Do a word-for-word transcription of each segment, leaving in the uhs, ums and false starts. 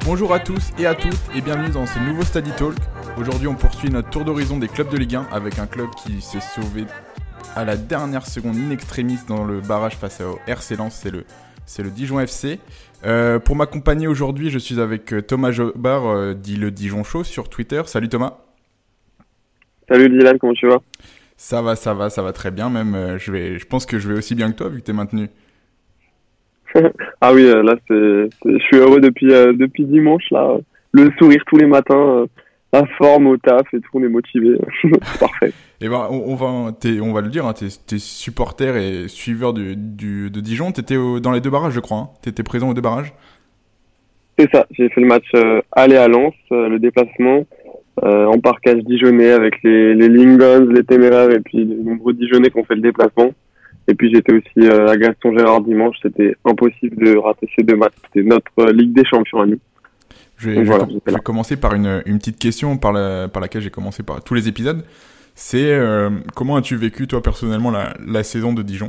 Bonjour à tous et à toutes et bienvenue dans ce nouveau Study Talk. Aujourd'hui on poursuit notre tour d'horizon des clubs de Ligue un avec un club qui s'est sauvé à la dernière seconde in extremis dans le barrage face au R C Lens, c'est le, c'est le Dijon F C. Euh, pour m'accompagner aujourd'hui, je suis avec Thomas Jobard, euh, dit le Dijon Show sur Twitter. Salut Thomas. Salut Dylan, comment tu vas ? Ça va, ça va, ça va très bien même. Euh, je, vais, je pense que je vais aussi bien que toi vu que t'es maintenu. Ah oui, euh, là c'est, c'est, je suis heureux depuis euh, depuis dimanche là, euh, le sourire tous les matins, euh, la forme au taf et tout, on est motivé, c'est parfait. Et ben on, on va, t'es, on va le dire, hein, t'es, t'es supporter et suiveur du, du de Dijon. T'étais au, dans les deux barrages, je crois. Hein. T'étais présent aux deux barrages. C'est ça, j'ai fait le match euh, aller à Lens, euh, le déplacement euh, en parkage dijonnais avec les les Lingons, les Téméraires et puis de nombreux Dijonnais qui ont fait le déplacement. Et puis j'étais aussi euh, à Gaston Gérard dimanche, c'était impossible de rater ces deux matchs. C'était notre euh, Ligue des Champions à nous. Je vais, je voilà, vais, com- je vais commencer par une, une petite question par, la, par laquelle j'ai commencé par tous les épisodes. C'est euh, comment as-tu vécu toi personnellement la, la saison de Dijon ?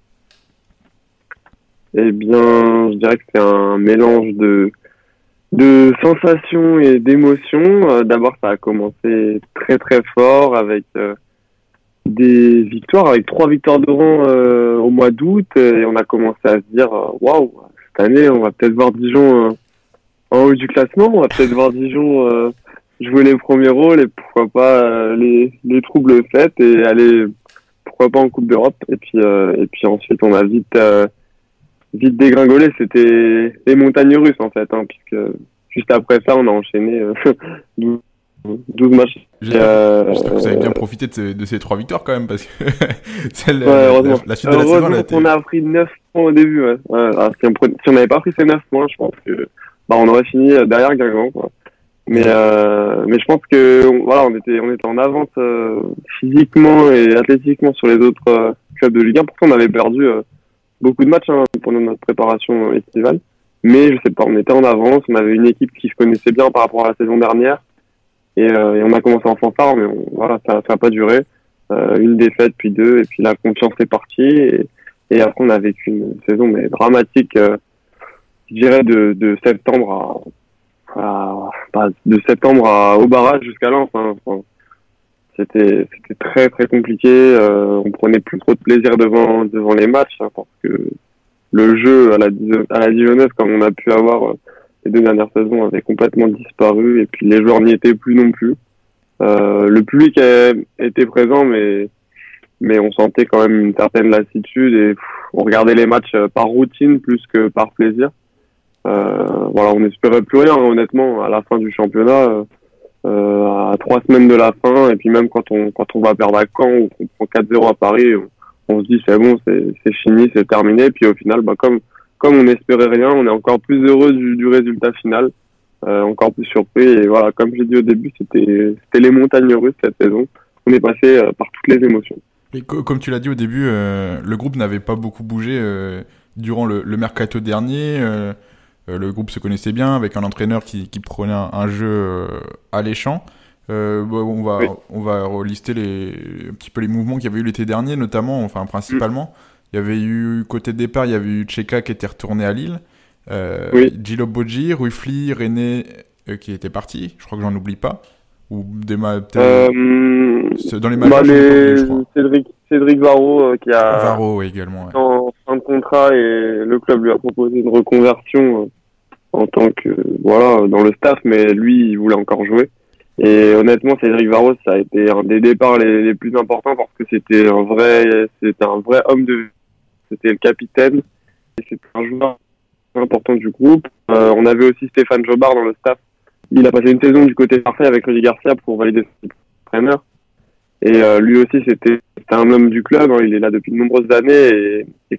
Eh bien, je dirais que c'est un mélange de de sensations et d'émotions. Euh, d'abord, ça a commencé très très fort avec euh, des victoires, avec trois victoires de rang euh, au mois d'août, et on a commencé à se dire euh, waouh, cette année, on va peut-être voir Dijon euh, en haut du classement, on va peut-être voir Dijon euh, jouer les premiers rôles et pourquoi pas euh, les les troubles faits et aller pourquoi pas en Coupe d'Europe. Et puis euh, et puis ensuite, on a vite euh, vite dégringolé, c'était les montagnes russes en fait, hein, puisque juste après ça, on a enchaîné euh, douze, douze matchs. J'espère, euh, j'espère que vous avez bien profité de ces, de ces trois victoires quand même, parce que celle, ouais, la, heureusement. la suite de la saison, Heureusement elle a été... qu'on a pris neuf points au début. Ouais. Ouais, alors, si on prenait, si on n'avait pas pris ces neuf points, je pense que bah, on aurait fini derrière Guingamp, quoi. Mais euh, mais je pense que on, voilà, on était on était en avance euh, physiquement et athlétiquement sur les autres euh, clubs de Ligue un. Pourtant, on avait perdu euh, beaucoup de matchs hein, pendant notre préparation estivale. Mais je sais pas, on était en avance, on avait une équipe qui se connaissait bien par rapport à la saison dernière. Et, euh, et on a commencé en fanfare, mais on, voilà, ça n'a pas duré. Euh, une défaite, puis deux, et puis la confiance est partie. Et, et après, on a vécu une saison mais dramatique, euh, je dirais, de, de septembre à, à, à de septembre à, au barrage jusqu'à Lens. Hein. Enfin, c'était, c'était très très compliqué. Euh, on prenait plus trop de plaisir devant devant les matchs hein, parce que le jeu à la à la Dijonnaise, comme on a pu avoir euh, les deux dernières saisons, avait complètement disparu et puis les joueurs n'y étaient plus non plus. Euh, le public a, était présent, mais mais on sentait quand même une certaine lassitude et pff, on regardait les matchs par routine plus que par plaisir. Euh, voilà, on n'espérait plus rien honnêtement à la fin du championnat. Euh, à trois semaines de la fin, et puis même quand on quand on va perdre à Caen ou qu'on prend quatre zéro à Paris, on, on se dit c'est bon, c'est c'est fini, c'est terminé. Puis au final, bah comme comme on n'espérait rien, on est encore plus heureux du, du résultat final, euh, encore plus surpris. Et voilà, comme j'ai dit au début, c'était c'était les montagnes russes cette saison. On est passé euh, par toutes les émotions. Et co- comme tu l'as dit au début, euh, le groupe n'avait pas beaucoup bougé euh, durant le, le mercato dernier. Euh, Euh, le groupe se connaissait bien avec un entraîneur qui, qui prenait un, un jeu euh, alléchant. Euh, bon, on va Oui. on va relister les un petit peu les mouvements qu'il y avait eu l'été dernier, notamment, enfin principalement. Mm. Il y avait eu côté départ, il y avait eu Tcheka qui était retourné à Lille, euh, Oui. Djilo Bodji, Ruffly, René euh, qui était parti. Je crois que j'en oublie pas. Ou des ma- Euh, dans les bah, majeurs, les... je crois. Cédric Cédric Varro euh, qui a Varro également. Ouais. en fin de contrat et le club lui a proposé une reconversion euh, en tant que voilà dans le staff, mais lui il voulait encore jouer. Et honnêtement, Cédric Varro, ça a été un des départs les, les plus importants parce que c'était un vrai c'était un vrai homme de c'était le capitaine et c'était un joueur important du groupe. Euh, on avait aussi Stéphane Jobard dans le staff. Il a passé une saison du côté parfait avec Rudy Garcia pour valider son entraîneur. Et euh, lui aussi, c'était, c'était un homme du club. Hein, il est là depuis de nombreuses années et, et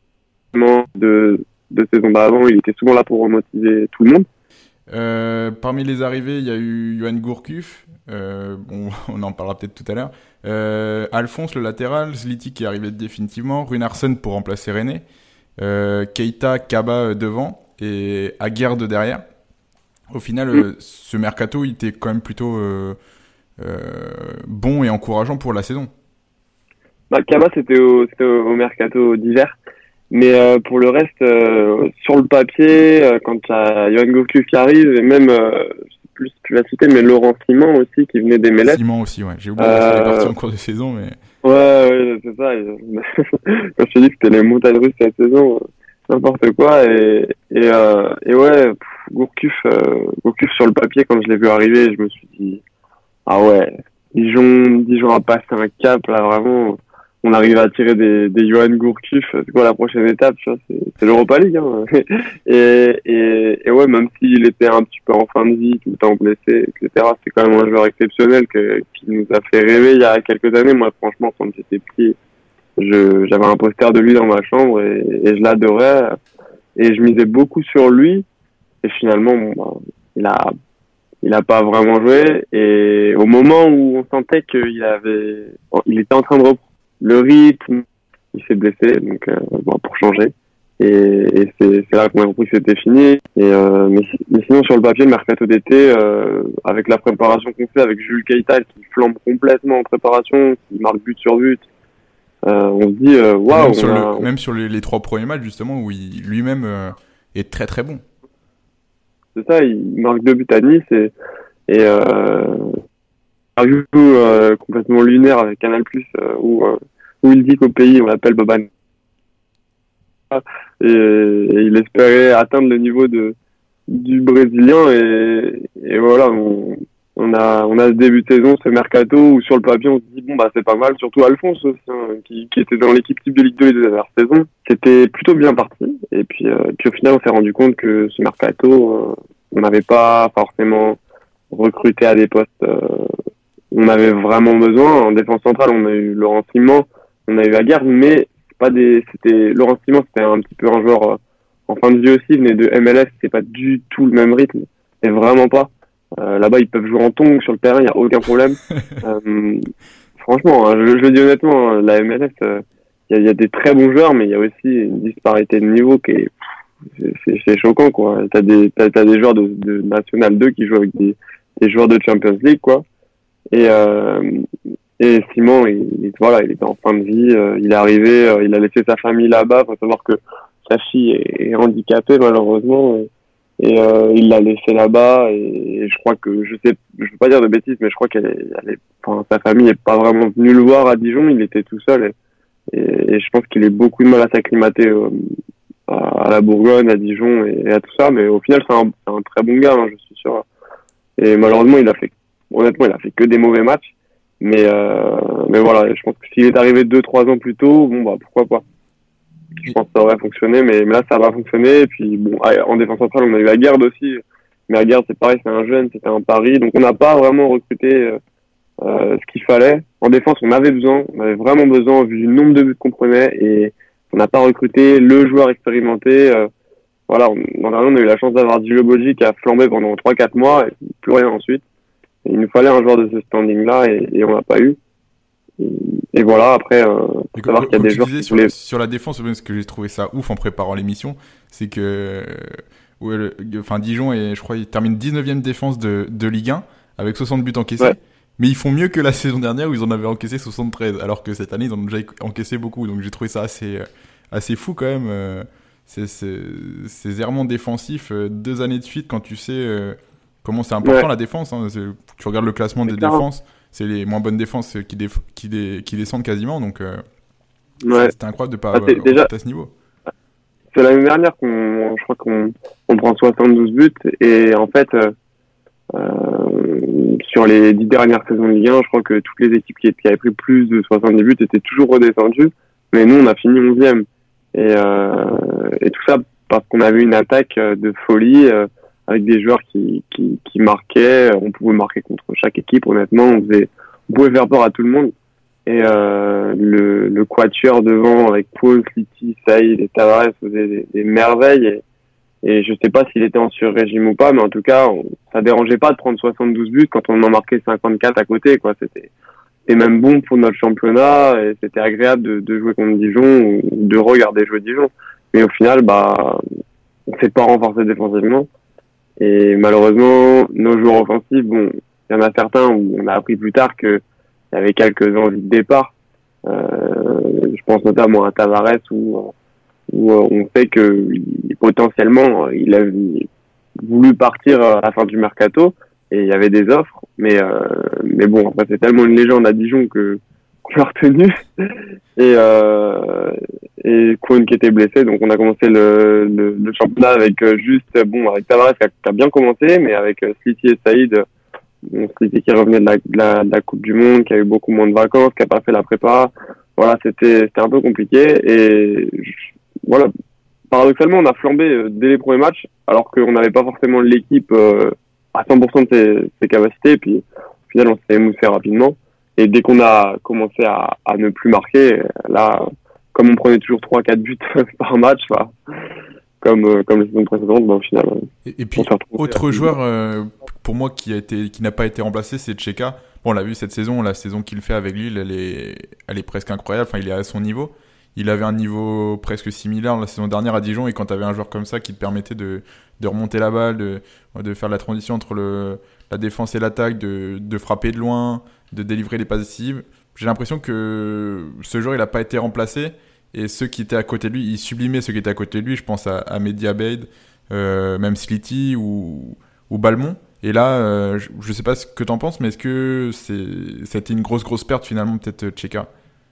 de de saison d'avant, il était souvent là pour remotiver tout le monde. Euh, parmi les arrivées, il y a eu Yohan Gourcuff, euh, bon, on en parlera peut-être tout à l'heure. Euh, Alphonse, le latéral, Zliti qui est arrivé définitivement, Runarsson pour remplacer René, euh, Keita, Kaba devant et Aguerd derrière. Au final, mm. euh, ce mercato, il était quand même plutôt euh, euh, bon et encourageant pour la saison. Bah, Kaba, c'était au, c'était au mercato d'hiver. Mais euh, pour le reste, euh, sur le papier, euh, quand il y a Yoann Gourcuff qui arrive, et même, euh, je sais plus si tu l'as cité, mais Laurent Simon aussi, qui venait des M L S. Simon aussi, ouais. J'ai oublié parce qu'il est parti Euh, en cours de saison, mais... ouais, ouais, c'est ça. Quand je te dis que c'était les montagnes russes cette saison, euh, n'importe quoi. Et, et, euh, et ouais, pff, Gourcuff, euh, Gourcuff sur le papier, quand je l'ai vu arriver, je me suis dit, ah ouais, Dijon, Dijon a passé un cap, là, vraiment. On arrive à tirer des, des Yoann Gourcuff. C'est quoi la prochaine étape, tu vois, c'est, c'est l'Europa League, hein. Et, et, et ouais, même s'il était un petit peu en fin de vie, tout le temps blessé, et cetera, c'est quand même un joueur exceptionnel que, qui nous a fait rêver il y a quelques années. Moi, franchement, quand j'étais petit, je, j'avais un poster de lui dans ma chambre et, et je l'adorais. Et je misais beaucoup sur lui. Et finalement, bon, bah, il a, il a pas vraiment joué. Et au moment où on sentait qu'il avait, il était en train de reprendre le rythme, il s'est blessé, donc euh, bon, pour changer. Et, et c'est, c'est là qu'on a compris que c'était fini. Et euh, mais, mais sinon sur le papier, le mercato d'été, euh, avec la préparation qu'on fait, avec Jules Keita qui flambe complètement en préparation, qui marque but sur but, euh, on se dit euh, waouh. Même, sur a... le, même sur les, les trois premiers matchs justement où il lui-même euh, est très très bon. C'est ça, il marque deux buts à Nice et et euh, interview euh, complètement lunaire avec Canal+, euh, où, euh, où il dit qu'au pays, on l'appelle Boban. Et, et il espérait atteindre le niveau de du Brésilien. Et, et voilà, on, on, a, on a ce début de saison, ce mercato, où sur le papier, on se dit, bon, bah c'est pas mal. Surtout Alphonse aussi, hein, qui, qui était dans l'équipe type de Ligue deux les deux dernières saisons. C'était plutôt bien parti. Et puis, euh, puis au final, on s'est rendu compte que ce mercato, euh, on n'avait pas forcément recruté à des postes... Euh, on avait vraiment besoin. En défense centrale, on a eu Laurent Simon, on a eu Aguerd, mais c'est pas des, c'était, Laurent Simon, c'était un petit peu un joueur euh, en fin de vie aussi, il venait de M L S, c'est pas du tout le même rythme, et vraiment pas. Euh, là-bas, ils peuvent jouer en tongs sur le terrain, il y a aucun problème. euh, franchement, hein, je, je le dis honnêtement, hein, la M L S, il euh, y, y a des très bons joueurs, mais il y a aussi une disparité de niveau qui est, c'est, c'est, c'est choquant, quoi. T'as des, t'as, t'as des joueurs de, de National deux qui jouent avec des, des joueurs de Champions League, quoi. Et, euh, et Simon, il, il, voilà, il était en fin de vie, euh, il est arrivé, euh, il a laissé sa famille là-bas. Faut savoir que sa fille est, est handicapée malheureusement, et, et euh, il l'a laissé là-bas. Et, et je crois que, je sais, je veux pas dire de bêtises, mais je crois qu'elle, est, elle est, enfin, sa famille est pas vraiment venue le voir à Dijon. Il était tout seul, et, et, et je pense qu'il a beaucoup de mal à s'acclimater euh, à, à la Bourgogne, à Dijon et, et à tout ça. Mais au final, c'est un, c'est un très bon gars, hein, je suis sûr. Et malheureusement, il a fait Honnêtement, il a fait que des mauvais matchs, mais euh, mais voilà, je pense que s'il est arrivé deux trois ans plus tôt, bon bah pourquoi pas. Je pense que ça aurait fonctionné, mais, mais là ça va fonctionner. Et puis bon, en défense centrale, on a eu Aguerd aussi, mais Aguerd c'est pareil, c'est un jeune, c'était un pari, donc on n'a pas vraiment recruté euh, euh, ce qu'il fallait. En défense, on avait besoin, on avait vraiment besoin vu le nombre de buts qu'on prenait, et on n'a pas recruté le joueur expérimenté. Euh, voilà, on, l'an dernier, on a eu la chance d'avoir Dilo Bodji qui a flambé pendant trois quatre mois et plus rien ensuite. Il nous fallait un joueur de ce standing-là et, et on l'a pas eu. Et, et voilà, après, euh, faut savoir qu'il y a des joueurs qui sur, voulaient... sur la défense, ce que j'ai trouvé ça ouf en préparant l'émission, c'est que ouais, le, enfin, Dijon, est, je crois, il termine dix-neuvième défense de, de Ligue un avec soixante buts encaissés. Ouais. Mais ils font mieux que la saison dernière où ils en avaient encaissé soixante-treize, alors que cette année, ils en ont déjà encaissé beaucoup. Donc j'ai trouvé ça assez, assez fou quand même. C'est, c'est, ces errements défensifs, deux années de suite, quand tu sais... Comment c'est important ouais. la défense, hein. Tu regardes le classement c'est des clair. défenses, c'est les moins bonnes défenses qui, déf- qui, dé- qui descendent quasiment, donc euh, ouais. c'était incroyable de pas ah, euh, déjà, à ce niveau. C'est l'année dernière qu'on, je crois qu'on on prend soixante-douze buts, et en fait, euh, euh, sur les dix dernières saisons de Ligue un, je crois que toutes les équipes qui, qui avaient pris plus de soixante-dix buts étaient toujours redescendues, mais nous on a fini onzième, et, euh, et tout ça parce qu'on avait une attaque de folie, euh, avec des joueurs qui, qui, qui marquaient. On pouvait marquer contre chaque équipe, honnêtement. On, faisait, on pouvait faire peur à tout le monde. Et euh, le, le quatuor devant, avec Paul, City, Saïd et Tavares, faisait des, des merveilles. Et, et je sais pas s'il était en sur-régime ou pas, mais en tout cas, on, ça dérangeait pas de prendre soixante-douze buts quand on en marquait cinquante-quatre à côté, quoi. C'était, c'était même bon pour notre championnat, et c'était agréable de, de jouer contre Dijon ou de regarder jouer Dijon. Mais au final, bah, on s'est pas renforcé défensivement. Et malheureusement, nos joueurs offensifs, bon, il y en a certains où on a appris plus tard qu'il y avait quelques envies de départ. Euh, je pense notamment à Tavares ou, où euh, on sait que il, potentiellement il a voulu partir à la fin du mercato et il y avait des offres, mais euh, mais bon, après c'est tellement une légende à Dijon que qu'on l'a retenu et euh, et Kwon qui était blessé, donc on a commencé le le, le championnat avec euh, juste bon avec Tavares qui a, qui a bien commencé, mais avec euh, Sliti et Saïd, bon, Sliti qui revenait de la, de la de la Coupe du Monde, qui a eu beaucoup moins de vacances, qui a pas fait la prépa, voilà, c'était c'était un peu compliqué et je, voilà, paradoxalement on a flambé euh, dès les premiers matchs alors qu'on n'avait pas forcément l'équipe euh, à cent pour cent de ses, ses capacités, puis au final on s'est émoussé rapidement. Et dès qu'on a commencé à, à ne plus marquer, là, comme on prenait toujours trois quatre buts par match, bah, comme, euh, comme la saison précédente, bah, au final. Et, et puis, autre joueur, euh, pour moi, qui, a été, qui n'a pas été remplacé, c'est Tcheka. Bon, on l'a vu cette saison, la saison qu'il fait avec Lille, elle est, elle est presque incroyable. Enfin, il est à son niveau. Il avait un niveau presque similaire la saison dernière à Dijon, et quand tu avais un joueur comme ça qui te permettait de, de remonter la balle, de, de faire la transition entre le, la défense et l'attaque, de, de frapper de loin, de délivrer les passes décisives, j'ai l'impression que ce joueur il n'a pas été remplacé, et ceux qui étaient à côté de lui, il sublimait ceux qui étaient à côté de lui. Je pense à, à Mehdi Abeid, euh, même Sliti ou, ou Balmont. Et là, euh, je ne sais pas ce que tu en penses, mais est-ce que c'est, c'était une grosse grosse perte finalement, peut-être, Tcheka?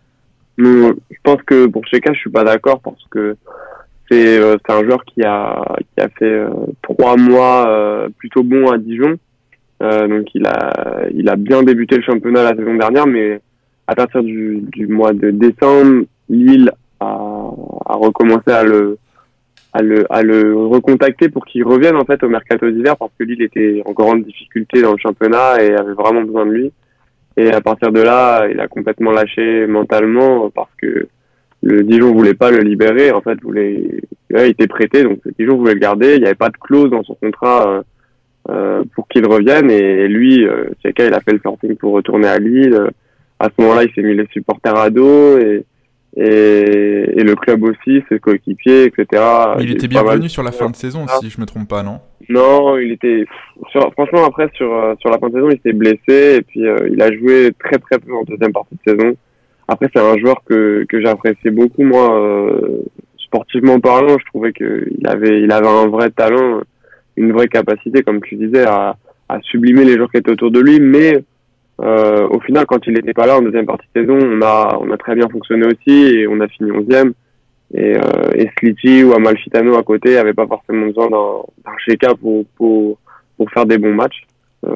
Non, je pense que pour Tcheka, je suis pas d'accord parce que c'est euh, c'est un joueur qui a qui a fait euh, trois mois euh, plutôt bons à Dijon. Euh, donc il a il a bien débuté le championnat la saison dernière, mais à partir du du mois de décembre, Lille a a recommencé à le à le à le recontacter pour qu'il revienne en fait au mercato d'hiver, parce que Lille était en grande difficulté dans le championnat et avait vraiment besoin de lui. Et à partir de là, il a complètement lâché mentalement parce que le Dijon voulait pas le libérer. En fait, voulait, ouais, il était prêté, donc le Dijon voulait le garder. Il n'y avait pas de clause dans son contrat euh, euh, pour qu'il revienne. Et lui, euh, Tcheka, il a fait le forcing pour retourner à Lille. À ce moment-là, il s'est mis les supporters à dos et, et, et le club aussi, ses coéquipiers, et cetera. Mais il était bien revenu sur la fin de saison, si je me trompe pas, non? Non, il était sur, franchement après sur euh, sur la fin de saison, il s'est blessé et puis euh, il a joué très très peu en deuxième partie de saison. Après c'est un joueur que que j'appréciais beaucoup moi euh, sportivement parlant, je trouvais que il avait il avait un vrai talent, une vraie capacité comme tu disais à à sublimer les joueurs qui étaient autour de lui, mais euh, au final quand il n'était pas là en deuxième partie de saison, on a on a très bien fonctionné aussi et on a fini onzième. Et, euh, et Sliti ou Amalfitano à côté n'avaient pas forcément besoin d'un, d'un Tcheka pour, pour, pour faire des bons matchs. Euh,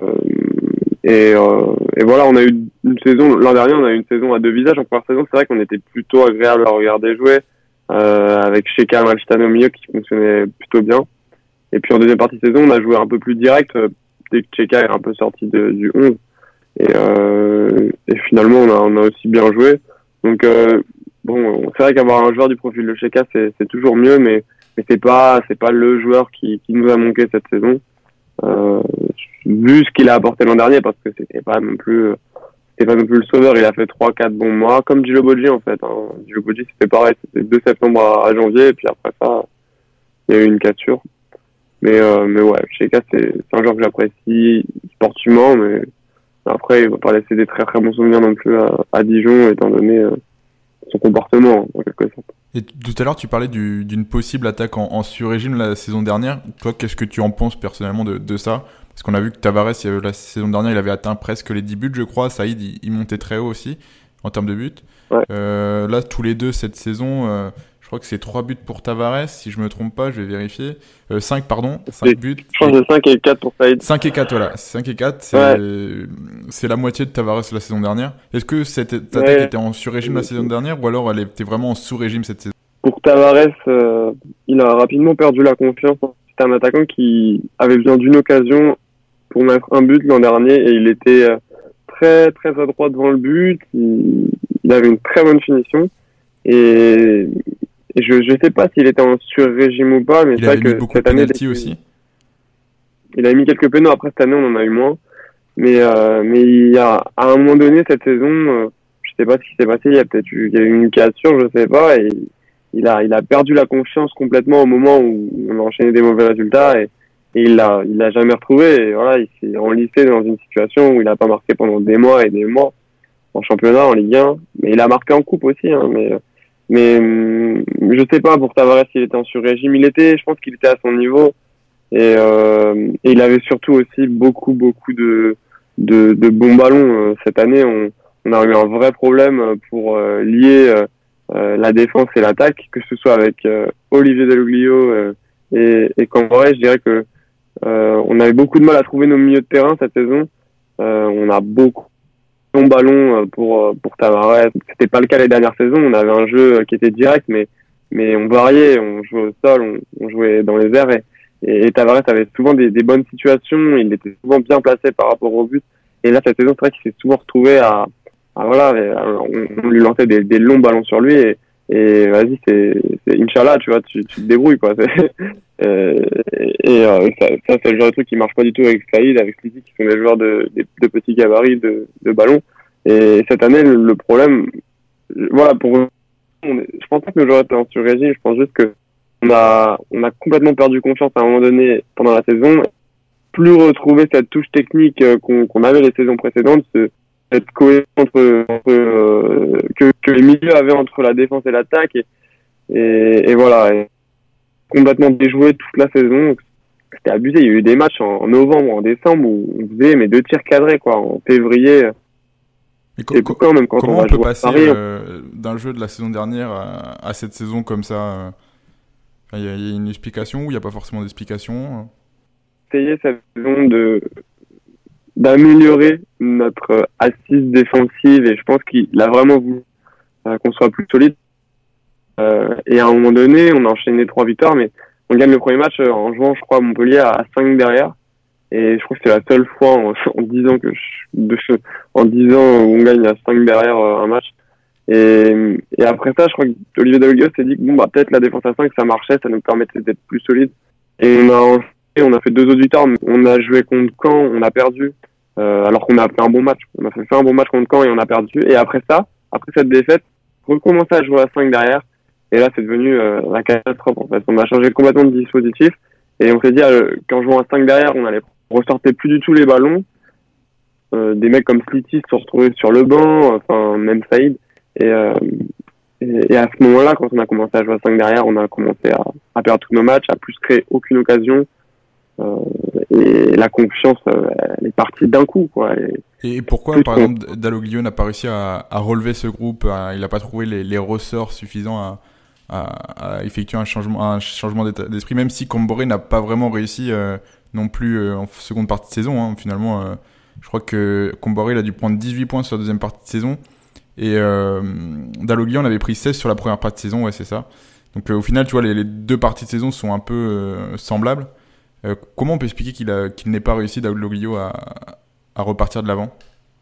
et, euh, et voilà, on a eu une saison, l'an dernier, on a eu une saison à deux visages. En première saison, c'est vrai qu'on était plutôt agréable à regarder jouer, euh, avec Tcheka et Amalfitano au milieu qui fonctionnait plutôt bien. Et puis en deuxième partie de saison, on a joué un peu plus direct, euh, dès que Tcheka est un peu sorti de, du onze. Et, euh, et finalement, on a, on a aussi bien joué. Donc, euh, bon, c'est vrai qu'avoir un joueur du profil de Tcheka, c'est, c'est toujours mieux, mais, mais c'est pas, c'est pas le joueur qui, qui nous a manqué cette saison. Euh, vu ce qu'il a apporté l'an dernier, parce que c'était pas non plus, c'était pas non plus le sauveur, il a fait trois, quatre bons mois, comme Djilo Bodji, en fait, hein. Djilo Bodji, c'était pareil, c'était de septembre à, à janvier, et puis après ça, il y a eu une cassure. Mais, euh, mais ouais, Tcheka, c'est, c'est un joueur que j'apprécie sportivement, mais après, il va pas laisser des très très bons souvenirs non plus à, à Dijon, étant donné, euh, son comportement en quelque sorte. Et tout à l'heure tu parlais du, d'une possible attaque en, en sur-régime la saison dernière. Toi, qu'est-ce que tu en penses personnellement de, de ça? Parce qu'on a vu que Tavares la saison dernière il avait atteint presque les dix buts je crois. Saïd il, il montait très haut aussi en termes de buts. Ouais. Euh, là tous les deux cette saison euh, je crois que c'est trois buts pour Tavares si je me trompe pas, je vais vérifier. Euh, cinq pardon, cinq buts. Je pense de cinq et quatre pour Saïd. cinq et quatre voilà, cinq et quatre c'est, ouais. C'est la moitié de Tavares la saison dernière. Est-ce que cette attaque ouais. était en sur-régime la saison dernière ou alors elle était vraiment en sous-régime cette saison? Pour Tavares, euh, il a rapidement perdu la confiance. C'était un attaquant qui avait besoin d'une occasion pour mettre un but l'an dernier et il était très très adroit devant le but. Il, il avait une très bonne finition et, et je je sais pas s'il était en sur-régime ou pas, mais il c'est vrai que cette année il aussi. Il a mis quelques pénaux. Après cette année, on en a eu moins. Mais euh, mais il y a à un moment donné cette saison, euh, je sais pas ce qui s'est passé. Il y a peut-être eu, il y a eu une cassure, je sais pas. Et il a il a perdu la confiance complètement au moment où on a enchaîné des mauvais résultats et, et il l'a il l'a jamais retrouvé. Et voilà, il s'est enlisé dans une situation où il a pas marqué pendant des mois et des mois en championnat, en Ligue un. Mais il a marqué en coupe aussi. Hein, mais mais hum, je sais pas pour Tavares s'il était en sur-régime. Il était, je pense qu'il était à son niveau et, euh, et il avait surtout aussi beaucoup beaucoup de de, de bons ballons. Cette année, on, on a eu un vrai problème pour euh, lier euh, la défense et l'attaque, que ce soit avec euh, Olivier Dalloglio euh, et, et Camboré. Je dirais que euh, on avait beaucoup de mal à trouver nos milieux de terrain cette saison. Euh, on a beaucoup de ballons pour pour Tavares. C'était pas le cas les dernières saisons. On avait un jeu qui était direct, mais mais on variait. On jouait au sol, on, on jouait dans les airs et, et, et Tavares avait souvent des, des bonnes situations. Il était souvent bien placé par rapport au but. Et là cette saison, c'est vrai qu'il s'est souvent retrouvé à, à voilà, on, on lui lançait des, des longs ballons sur lui et, et vas-y, c'est, c'est Inch'Allah, tu vois, tu, tu te débrouilles quoi. Euh, et euh, ça, ça c'est le genre de truc qui marche pas du tout avec Saïd, avec Lizzy, qui sont des joueurs de, de, de petits gabarits de, de ballon. Et cette année, le, le problème, voilà, pour on est, je pense pas que le joueur était en sur-régime. Je pense juste que on a on a complètement perdu confiance à un moment donné pendant la saison. Plus retrouver cette touche technique qu'on, qu'on avait les saisons précédentes, ce, cette cohésion entre, entre euh, que, que les milieux avaient entre la défense et l'attaque. Et, et, et voilà. Et, complètement déjoué toute la saison. C'était abusé. Il y a eu des matchs en, en novembre, en décembre où on faisait mais deux tirs cadrés quoi. En février. Et co- co- quand même quand comment on, on peut passer Paris, euh, d'un jeu de la saison dernière à, à cette saison comme ça? Il y, a, il y a une explication ou il n'y a pas forcément d'explication? Essayer cette saison de d'améliorer notre assise défensive et je pense qu'il a vraiment voulu euh, qu'on soit plus solide. Euh, et à un moment donné, on a enchaîné trois victoires, mais on gagne le premier match en jouant, je crois, à Montpellier à cinq derrière. Et je crois que c'est la seule fois en, en dix ans que je, de, en dix ans où on gagne à cinq derrière euh, un match. Et, et après ça, je crois que Olivier Dalloglio s'est dit que bon, bah, peut-être la défense à cinq, ça marchait, ça nous permettait d'être plus solide. Et on a, on a fait deux autres victoires, on a joué contre Caen, on a perdu, euh, alors qu'on a fait un bon match. On a fait un bon match contre Caen et on a perdu. Et après ça, après cette défaite, recommencer à jouer à cinq derrière. Et là, c'est devenu euh, la catastrophe, en fait. On a changé complètement de dispositif. Et on s'est dit euh, qu'en jouant à cinq derrière, on allait ressortir plus du tout les ballons. Euh, des mecs comme Slity se sont retrouvés sur le banc, enfin, même Saïd. Et, euh, et, et à ce moment-là, quand on a commencé à jouer à cinq derrière, on a commencé à, à perdre tous nos matchs, à plus créer aucune occasion. Euh, et la confiance, euh, elle est partie d'un coup, quoi. Et, et pourquoi, par exemple, Dalloglio n'a pas réussi à, à relever ce groupe? à, Il n'a pas trouvé les, les ressorts suffisants à, à, à effectuer un changement, un changement d'esprit, même si Camboré n'a pas vraiment réussi euh, non plus euh, en seconde partie de saison. Hein, finalement, euh, je crois que Camboré il a dû prendre dix-huit points sur la deuxième partie de saison. Et euh, Dalloglio en avait pris seize sur la première partie de saison, ouais, c'est ça. Donc euh, au final, tu vois, les, les deux parties de saison sont un peu euh, semblables. Euh, comment on peut expliquer qu'il, a, qu'il n'ait pas réussi, Dalloglio, à, à repartir de l'avant?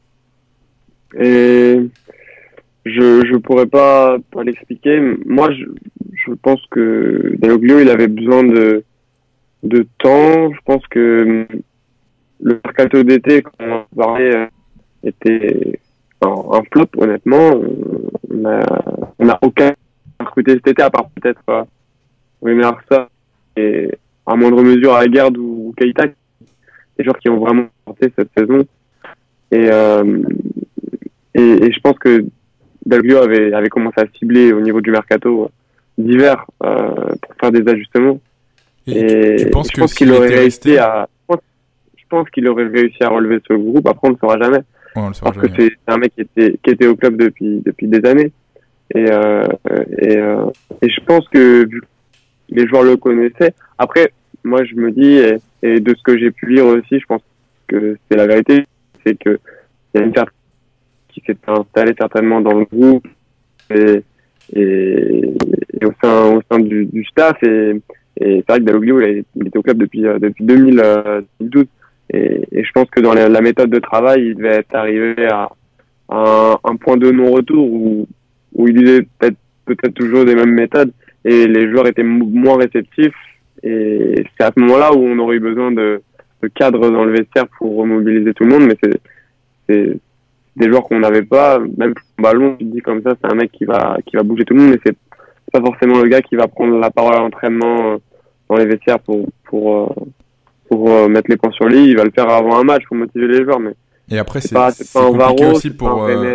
Et je je pourrais pas, pas l'expliquer. Moi, je, je pense que Dalloglio, il avait besoin de de temps. Je pense que le mercato d'été, quand on en parlait, était un, un flop, honnêtement. On a, on a aucun recruté cet été, à part peut-être euh, Ruben Arsa et à moindre mesure à Aguerd ou Keita, des joueurs qui ont vraiment porté cette saison. Et, euh, et, et je pense que Dalloglio avait, avait commencé à cibler au niveau du mercato euh, d'hiver euh, pour faire des ajustements. Et, et tu, tu penses je que pense qu'il aurait réussi resté... à, je pense qu'il aurait réussi à relever ce groupe. Après, on ne le saura jamais. Ouais, on le saura parce jamais. que c'est, c'est un mec qui était, qui était au club depuis, depuis des années. Et, euh, et, euh, et je pense que les joueurs le connaissaient. Après, moi, je me dis, et, et de ce que j'ai pu lire aussi, je pense que c'est la vérité, c'est que il y a une personne qui s'est installée certainement dans le groupe et, et, et au sein, au sein du, du staff. Et, et c'est vrai que Dalloglio, il, il était au club depuis, depuis deux mille douze. Et, et je pense que dans la, la méthode de travail, il devait être arrivé à, à un, un point de non-retour où, où il disait peut-être, peut-être toujours des mêmes méthodes et les joueurs étaient m- moins réceptifs. Et c'est à ce moment-là où on aurait eu besoin de, de cadres dans le vestiaire pour remobiliser tout le monde. Mais c'est, c'est des joueurs qu'on n'avait pas. Même le ballon, tu te dis comme ça, c'est un mec qui va, qui va bouger tout le monde. Mais c'est pas forcément le gars qui va prendre la parole à l'entraînement dans les vestiaires pour, pour, pour euh, mettre les points sur les i. Il va le faire avant un match pour motiver les joueurs. Mais et après, c'est, c'est, pas, c'est, c'est pas un compliqué Varro, aussi c'est pour... pas un euh, René.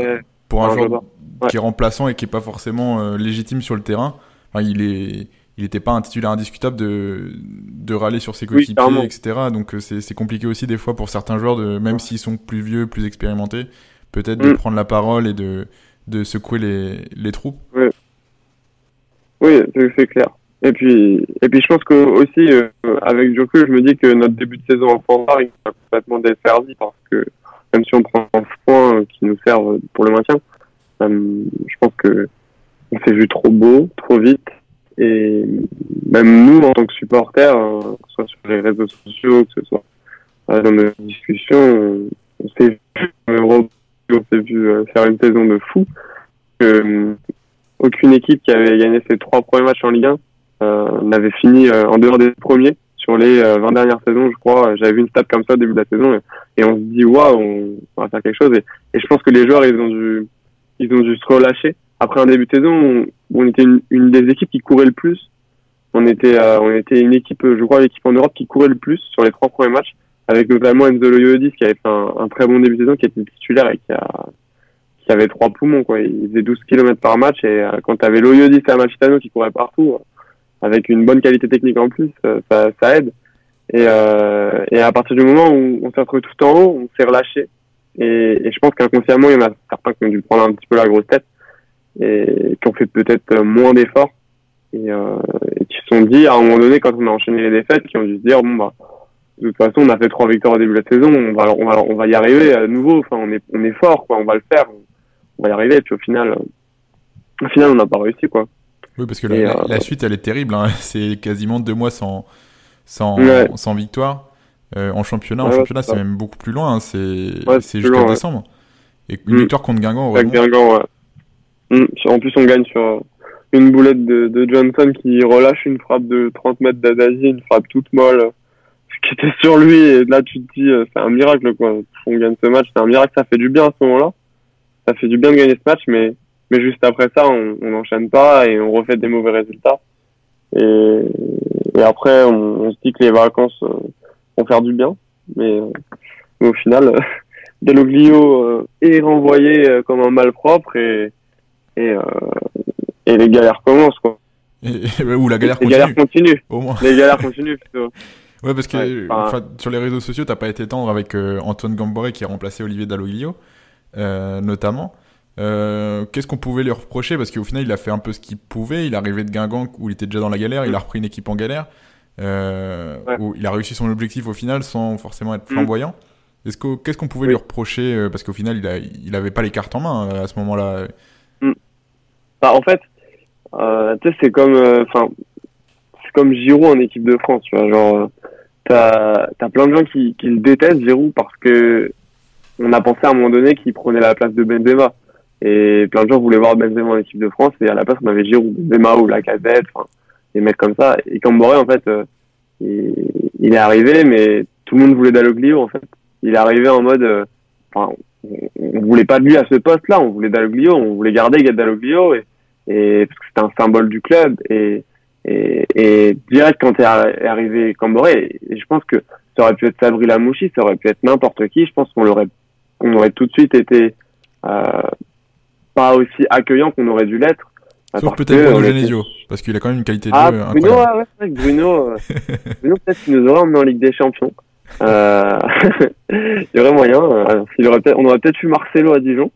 pour un enfin, joueur ouais. qui est remplaçant et qui est pas forcément euh, légitime sur le terrain. Enfin, il est, il était pas un titulaire indiscutable de de râler sur ses coéquipiers, oui, et cetera. Donc euh, c'est c'est compliqué aussi des fois pour certains joueurs de, même s'ils sont plus vieux, plus expérimentés, peut-être de mm. prendre la parole et de de secouer les les troupes. Ouais. Oui, c'est, c'est clair. Et puis, et puis je pense que aussi, euh, avec du recul, je me dis que notre début de saison en standard, il est complètement desservi parce que même si on prend un point euh, qui nous servent pour le maintien, euh, je pense que on s'est vu trop beau, trop vite. Et même nous, en tant que supporters, euh, que ce soit sur les réseaux sociaux, que ce soit euh, dans nos discussions, on, on s'est vu, on s'est vu euh, faire une saison de fou. Que, euh, aucune équipe qui avait gagné ses trois premiers matchs en Ligue un euh, n'avait fini euh, en dehors des premiers sur les euh, vingt dernières saisons, je crois. J'avais vu une stat comme ça au début de la saison et, et on se dit waouh, on, on va faire quelque chose. Et, et je pense que les joueurs, ils ont dû, ils ont dû se relâcher. Après un début de saison, on, on était une, une des équipes qui courait le plus. On était, euh, on était une équipe, je crois, l'équipe en Europe qui courait le plus sur les trois premiers matchs, avec notamment Enzo Loyotis qui avait fait un, un très bon début de saison, qui était titulaire et qui a qui avait trois poumons, quoi. Il faisait douze kilomètres par match et euh, quand t'avais Loyotis et Amalfitano qui couraient partout, euh, avec une bonne qualité technique en plus, euh, ça, ça aide. Et, euh, et à partir du moment où on s'est retrouvé tout en haut, on s'est relâché. Et, et je pense qu'inconsciemment, il y en a certains qui ont dû prendre un petit peu la grosse tête et qui ont fait peut-être moins d'efforts et, euh, et qui se sont dit, à un moment donné, quand on a enchaîné les défaites, qui ont dû se dire, bon bah, de toute façon, on a fait trois victoires au début de la saison, on va, on va, on va y arriver à nouveau. Enfin, on est, on est fort, quoi. On va le faire. On va y arriver. Et puis au final, euh, au final, on n'a pas réussi, quoi. Oui, parce que la, et, la, euh, la suite, elle est terrible. Hein. C'est quasiment deux mois sans sans ouais. sans victoire euh, en championnat. En ouais, championnat, c'est, c'est c'est même beaucoup plus loin. Hein. C'est ouais, c'est c'est jusqu'à loin, décembre. Ouais. Et une mmh. victoire contre Guingamp. Avec Guingamp, ouais. Mmh. En plus, on gagne sur une boulette de, de Johnson qui relâche une frappe de trente mètres d'Adazi, une frappe toute molle qui était sur lui. Et là, tu te dis, c'est un miracle, quoi. On gagne ce match, c'est un miracle. Ça fait du bien à ce moment-là. Ça fait du bien de gagner ce match, mais mais juste après ça, on on n'enchaîne pas et on refait des mauvais résultats. Et, et après, on, on se dit que les vacances euh, vont faire du bien, mais, euh, mais au final, euh, Deloglio euh, est renvoyé euh, comme un malpropre et et, euh, et les galères commencent, quoi. Et, et, ou la galère les continue. Galères continuent. Au moins. Les galères continuent plutôt. Ouais, parce que ouais, enfin... sur les réseaux sociaux, t'as pas été tendre avec euh, Antoine Gamboré qui a remplacé Olivier Dalloglio, euh, notamment. Euh, qu'est-ce qu'on pouvait lui reprocher? Parce qu'au final, il a fait un peu ce qu'il pouvait. Il est arrivé de Guingamp où il était déjà dans la galère. Mmh. Il a repris une équipe en galère. Euh, ouais. Où il a réussi son objectif au final sans forcément être flamboyant. Mmh. Est-ce que, qu'est-ce qu'on pouvait oui. lui reprocher? Parce qu'au final, il, a, il avait pas les cartes en main à ce moment-là. Mmh. Bah, en fait, euh, tu sais, c'est comme, enfin, euh, c'est comme Giroud en équipe de France. Tu vois, genre, t'as, t'as plein de gens qui, qui le détestent, Giroud, parce que on a pensé à un moment donné qu'il prenait la place de Benzema. Et plein de gens voulaient voir Benzema en équipe de France, et à la place, on avait Giroud, Benzema ou Lacazette, enfin, des mecs comme ça. Et Camboré, en fait, euh, il, il est arrivé, mais tout le monde voulait Dalloglio, en fait. Il est arrivé en mode, euh, enfin, on, on voulait pas de lui à ce poste-là, on voulait Dalloglio, on voulait garder Dalloglio, et, et parce que c'était un symbole du club, et, et, et direct quand est arrivé Camboré, et je pense que ça aurait pu être Sabri Lamouchi, ça aurait pu être n'importe qui, je pense qu'on l'aurait, qu'on aurait tout de suite été, euh, pas aussi accueillant qu'on aurait dû l'être. Sauf peut-être Bruno Genesio, était... parce qu'il a quand même une qualité de ah, jeu Bruno, incroyable. Ouais, ouais, c'est vrai que Bruno, euh, Bruno peut-être qu'il nous aurait emmené en Ligue des Champions. Euh, il y aurait moyen. Euh, il aurait peut-être, on aurait peut-être eu Marcelo à Dijon.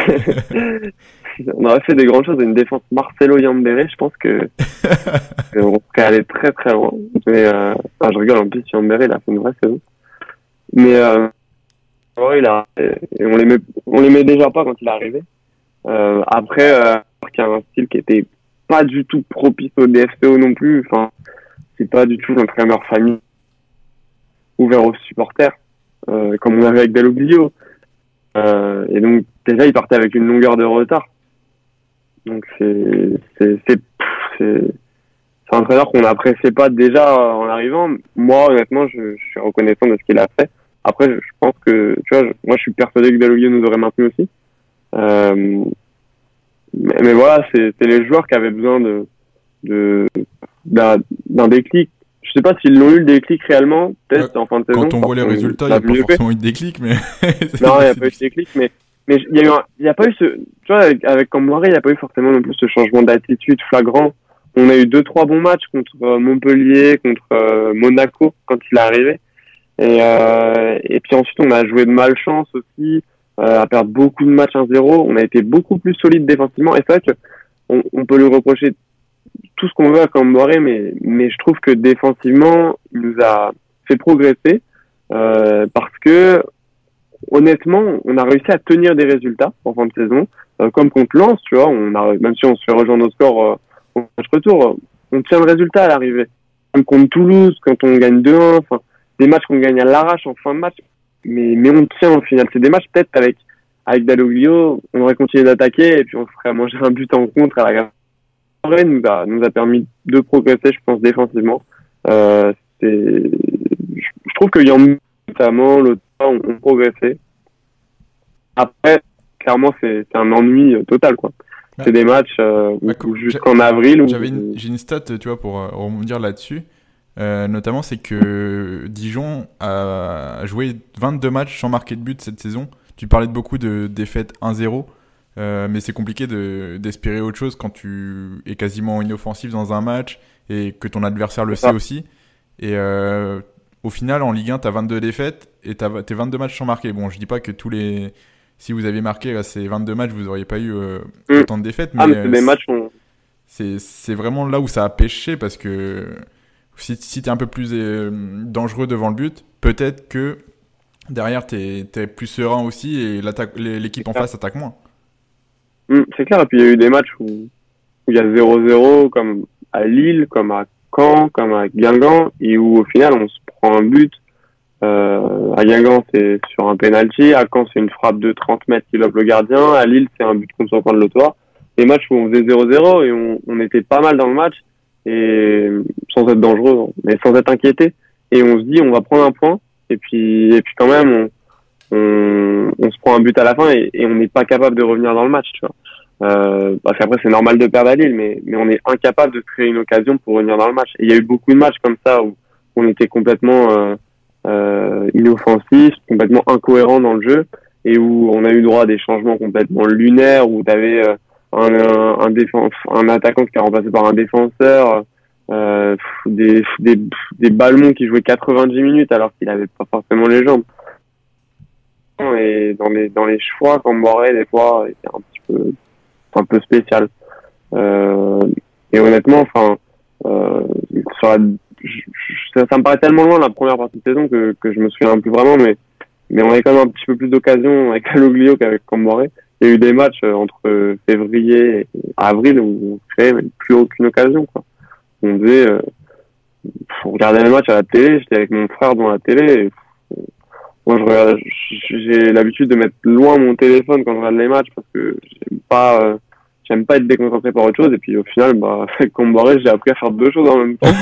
On aurait fait des grandes choses, une défense Marcelo-Yambéré, je pense que, que on serait allé très très loin. Mais euh, ah, je rigole, en plus Yambéré, il a fait une vraie saison. Mais euh, ouais, il a, et on l'aimait, on l'aimait déjà pas quand il est arrivé. Euh, après, euh, il y a un style qui était pas du tout propice au D F C O non plus. Enfin, c'est pas du tout l'entraîneur famille ouvert aux supporters, euh, comme on avait avec Dalloglio. Euh, et donc déjà, il partait avec une longueur de retard. Donc c'est c'est c'est c'est, c'est un entraîneur qu'on n'appréciait pas déjà en arrivant. Moi, honnêtement, je, je suis reconnaissant de ce qu'il a fait. Après, je, je pense que, tu vois, je, moi, je suis persuadé que Dalloglio nous aurait maintenu aussi. Euh, mais, mais voilà, c'est, c'est les joueurs qui avaient besoin de, de d'un, d'un déclic. Je sais pas s'ils l'ont eu le déclic réellement, peut-être ouais, en fin de saison. Quand on voit les résultats, il n'y a pas forcément eu de déclic, mais non, il n'y a pas eu de déclic, mais mais il y a eu un, il y a pas eu ce, tu vois, avec, avec Camboire, il y a pas eu forcément non plus ce changement d'attitude flagrant. On a eu deux, trois bons matchs contre euh, Montpellier, contre euh, Monaco quand il est arrivé. Et, euh, et puis ensuite, on a joué de malchance aussi, euh, à perdre beaucoup de matchs un zéro. On a été beaucoup plus solide défensivement. Et c'est vrai que on, on peut lui reprocher tout ce qu'on veut à Camboire, mais, mais je trouve que défensivement, il nous a fait progresser, euh, parce que, honnêtement, on a réussi à tenir des résultats en fin de saison, euh, comme contre Lens, tu vois, on a, même si on se fait rejoindre au score euh, au match retour, euh, on tient le résultat à l'arrivée. Comme contre Toulouse, quand on gagne deux un, enfin, des matchs qu'on gagne à l'arrache en fin de match, mais, mais on tient au final. C'est des matchs peut-être avec, avec Dalloglio, on aurait continué d'attaquer et puis on se ferait manger un but en contre à la Camboire nous a, nous a permis de progresser, je pense, défensivement. Euh, c'est, je trouve que Yang, notamment, l'autre ont, ont progressé. Après, clairement, c'est, c'est un ennui total, quoi. Ouais. C'est des matchs euh, où, où jusqu'en avril. Où... J'avais une, j'ai une stat, tu vois, pour euh, rebondir là-dessus. Euh, notamment, c'est que Dijon a joué vingt-deux matchs sans marquer de but cette saison. Tu parlais de beaucoup de défaites un zéro, euh, mais c'est compliqué de, d'espérer autre chose quand tu es quasiment inoffensif dans un match et que ton adversaire le sait aussi. Et euh, au final, en Ligue un, tu as vingt-deux défaites et tu as tes vingt-deux matchs sans marquer. Bon, je dis pas que tous les... Si vous aviez marqué là, ces vingt-deux matchs, vous n'auriez pas eu euh, mmh. autant de défaites. Mais, ah, mais c'est des matchs où... c'est, c'est vraiment là où ça a pêché parce que si, si tu es un peu plus euh, dangereux devant le but, peut-être que derrière, tu es plus serein aussi et l'équipe c'est en clair. Face attaque moins. Mmh, c'est clair. Et puis, il y a eu des matchs où il y a zéro zéro, comme à Lille, comme à Caen, comme à Guingamp, et où au final, on se prend un but. Euh, à Guingamp, c'est sur un penalty. À Caen, c'est une frappe de trente mètres qui lobe le gardien. À Lille, c'est un but contre son coin de l'autoir. Des matchs où on faisait zéro zéro et on, on était pas mal dans le match, et sans être dangereux, mais sans être inquiété. Et on se dit, on va prendre un point. Et puis, et puis quand même, on, on, on se prend un but à la fin et, et on n'est pas capable de revenir dans le match, tu vois. Euh, parce qu'après, c'est normal de perdre à Lille, mais, mais on est incapable de créer une occasion pour revenir dans le match. Et il y a eu beaucoup de matchs comme ça où on était complètement euh, euh, inoffensif, complètement incohérent dans le jeu, et où on a eu droit à des changements complètement lunaires, où tu avais euh, un, un, un, défense, un attaquant qui est remplacé par un défenseur, euh, des, des, des ballons qui jouaient quatre-vingt-dix minutes alors qu'il avait pas forcément les jambes. Et dans les, dans les choix, Camboire, des fois, c'est un petit peu, un peu spécial. Euh, et honnêtement, enfin, euh, sur la, ça, ça me paraît tellement loin la première partie de saison que, que je me souviens plus vraiment, mais, mais on avait quand même un petit peu plus d'occasions avec Dalloglio qu'avec Camboire. Il y a eu des matchs entre février et avril où on créait plus aucune occasion, quoi. On disait, euh, on regardait les matchs à la télé, j'étais avec mon frère devant la télé, et, moi, je regarde, j'ai l'habitude de mettre loin mon téléphone quand je regarde les matchs parce que j'aime pas, euh, j'aime pas être déconcentré par autre chose. Et puis, au final, bah, avec Camboire, j'ai appris à faire deux choses en même temps.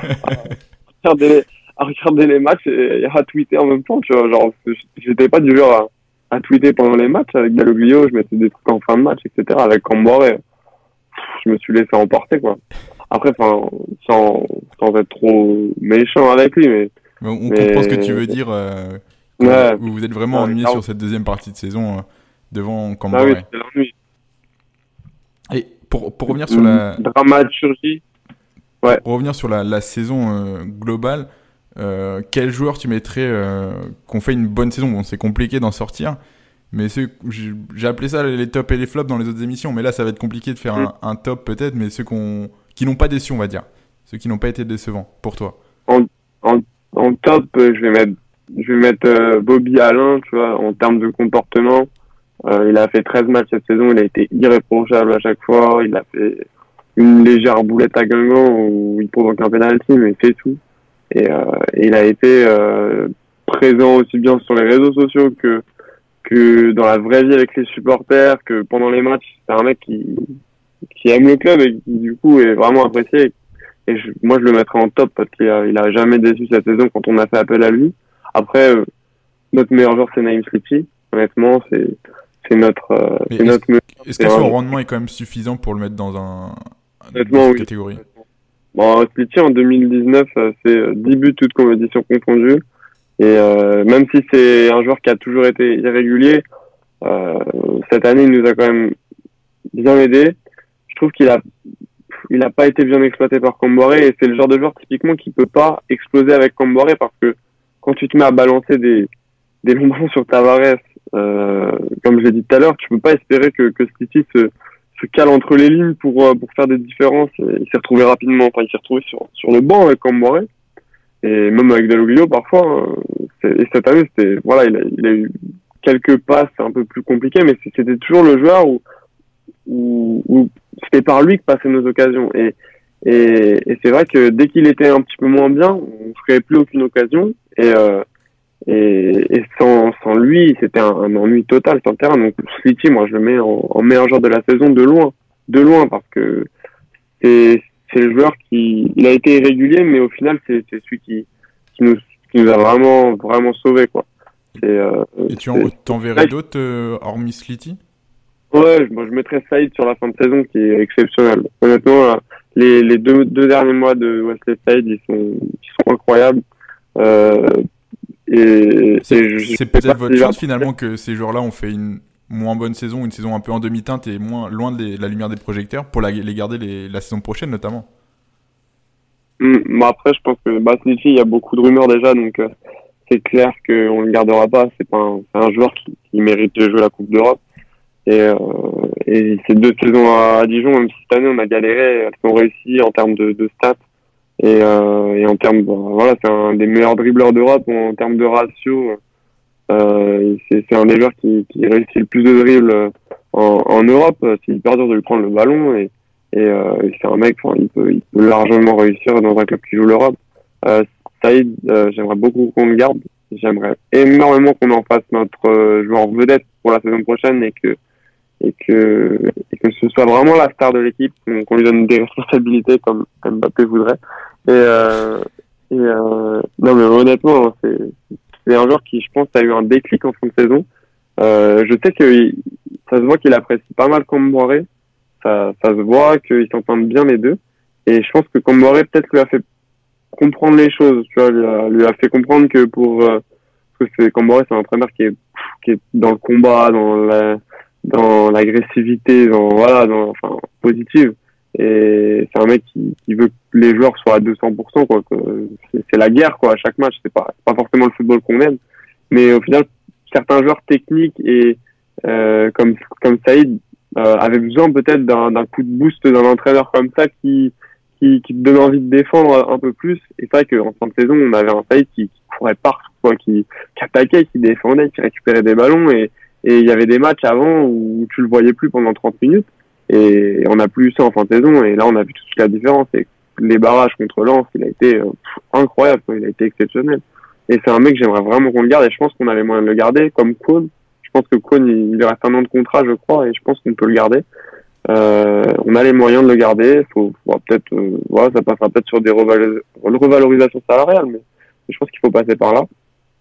à, regarder les, à regarder les matchs et à tweeter en même temps, tu vois. Genre, j'étais pas du genre à, à tweeter pendant les matchs avec Dalloglio, je mettais des trucs en fin de match, et cetera. Avec Camboire, je me suis laissé emporter, quoi. Après, enfin, sans, sans être trop méchant avec lui, mais. mais on mais... comprend ce que tu veux dire. Euh... Ouais, vous vous êtes vraiment ouais, ennuyé sur cette deuxième partie de saison euh, devant Camboire. Ah oui, c'est l'ennui. Et pour, pour revenir sur la dramaturgie, ouais. Pour revenir sur la, la saison euh, globale, euh, quel joueur tu mettrais euh, qu'on fait une bonne saison? Bon, c'est compliqué d'en sortir, mais ceux, j'ai, j'ai appelé ça les tops et les flops dans les autres émissions. Mais là, ça va être compliqué de faire mm. un, un top peut-être, mais ceux qu'on, qui n'ont pas déçu, on va dire, ceux qui n'ont pas été décevants pour toi. En, en, en top, je vais mettre Je vais mettre euh, Bobby Alain, tu vois, en termes de comportement. Euh, il a fait treize matchs cette saison, il a été irréprochable à chaque fois. Il a fait une légère boulette à Guingamp où il provoque un penalty, mais c'est tout. Et, euh, et il a été euh, présent aussi bien sur les réseaux sociaux que que dans la vraie vie avec les supporters, que pendant les matchs. C'est un mec qui qui aime le club et qui du coup est vraiment apprécié. Et je, moi, je le mettrais en top parce qu'il a, il a jamais déçu cette saison quand on a fait appel à lui. Après, euh, notre meilleur joueur, c'est Naïm Slipchi. Honnêtement, c'est, c'est notre, euh, c'est est-ce, notre Est-ce que son rendement est quand même suffisant pour le mettre dans un, honnêtement, dans une oui. catégorie? Bon, Slipchi, en deux mille dix-neuf, c'est dix buts, toutes compétitions confondues. Et, euh, même si c'est un joueur qui a toujours été irrégulier, Euh, cette année, il nous a quand même bien aidé. Je trouve qu'il a, il a pas été bien exploité par Comboiré et c'est le genre de joueur typiquement qui peut pas exploser avec Comboiré parce que quand tu te mets à balancer des, des longs ballons sur Tavares, euh, comme je l'ai dit tout à l'heure, tu peux pas espérer que, que Slity se, se cale entre les lignes pour, pour faire des différences. Il s'est retrouvé rapidement, enfin, il s'est retrouvé sur, sur le banc avec Comboiré. Et même avec Deloglio, parfois, hein, et cette année, c'était, voilà, il a, il a eu quelques passes un peu plus compliquées, mais c'était toujours le joueur où, où, où c'était par lui que passaient nos occasions. Et, et, et c'est vrai que dès qu'il était un petit peu moins bien, on ne créait plus aucune occasion. Et, euh, et, et sans, sans lui, c'était un, un ennui total sur le terrain. Donc, Slity, moi, je le mets en, en meilleur joueur de la saison de loin. De loin, parce que c'est, c'est le joueur qui, il a été irrégulier, mais au final, c'est, c'est celui qui, qui nous, qui nous a vraiment, vraiment sauvés, quoi. C'est, euh, et tu en, t'enverrais d'autres, euh, hormis Slity? Ouais, moi, je mettrais Saïd sur la fin de saison, qui est exceptionnel. Honnêtement, là, les, les deux, deux derniers mois de Wesley Saïd, ils sont, ils sont incroyables. Euh, et, c'est, et je, c'est peut-être votre chance finalement que ces joueurs-là ont fait une moins bonne saison, une saison un peu en demi-teinte et moins loin de les, la lumière des projecteurs pour la, les garder les, la saison prochaine notamment. Mmh, bon après, je pense que bah, Slity, il y a beaucoup de rumeurs déjà, donc euh, c'est clair qu'on ne le gardera pas. C'est pas un, c'est un joueur qui, qui mérite de jouer la Coupe d'Europe. Et, euh, et ces deux saisons à, à Dijon, même si cette année on a galéré, elles sont réussies en termes de, de stats. Et, euh, et en termes, bon, voilà, c'est un des meilleurs dribbleurs d'Europe en termes de ratio. Euh, c'est, c'est un des joueurs qui, qui réussit le plus de dribbles en, en Europe. C'est hyper dur de lui prendre le ballon et, et, euh, et c'est un mec, enfin, il peut, il peut largement réussir dans un club qui joue l'Europe. Euh, Saïd, euh, j'aimerais beaucoup qu'on le garde. J'aimerais énormément qu'on en fasse notre euh, joueur vedette pour la saison prochaine et que et que et que ce soit vraiment la star de l'équipe, qu'on, qu'on lui donne des responsabilités comme, comme Mbappé voudrait. Et, euh, et euh, non mais honnêtement, c'est, c'est un joueur qui, je pense, a eu un déclic en fin de saison. Euh, je sais que il, ça se voit qu'il apprécie pas mal Comboiré. Ça, ça se voit qu'ils s'entendent bien les deux. Et je pense que Comboiré peut-être lui a fait comprendre les choses. Tu vois, lui a, lui a fait comprendre que pour euh, parce que c'est Comboiré, c'est un entraîneur qui est qui est dans le combat, dans la dans l'agressivité, dans voilà, dans enfin positive. Et c'est un mec qui, qui veut que les joueurs soient à deux cents pour cent, quoi. Que c'est, c'est la guerre, quoi, à chaque match. C'est pas, c'est pas forcément le football qu'on aime. Mais au final, certains joueurs techniques et, euh, comme, comme Saïd, euh, avaient besoin peut-être d'un, d'un coup de boost d'un entraîneur comme ça qui, qui, qui te donne envie de défendre un peu plus. Et c'est vrai qu'en fin de saison, on avait un Saïd qui, qui courait partout, quoi, qui, qui attaquait, qui défendait, qui récupérait des ballons. Et, et il y avait des matchs avant où tu le voyais plus pendant trente minutes. Et on n'a plus eu ça en fin de saison. Et là, on a vu tout de suite la différence. Et les barrages contre Lens, il a été euh, incroyable, quoi. Il a été exceptionnel. Et c'est un mec que j'aimerais vraiment qu'on le garde. Et je pense qu'on a les moyens de le garder, comme Kwon. Je pense que Kwon, il, il lui reste un an de contrat, je crois. Et je pense qu'on peut le garder. Euh, on a les moyens de le garder. Faut, faut peut-être, euh, voilà, ça passera peut-être sur des revalorisations revalorisations salariales. Mais, mais je pense qu'il faut passer par là.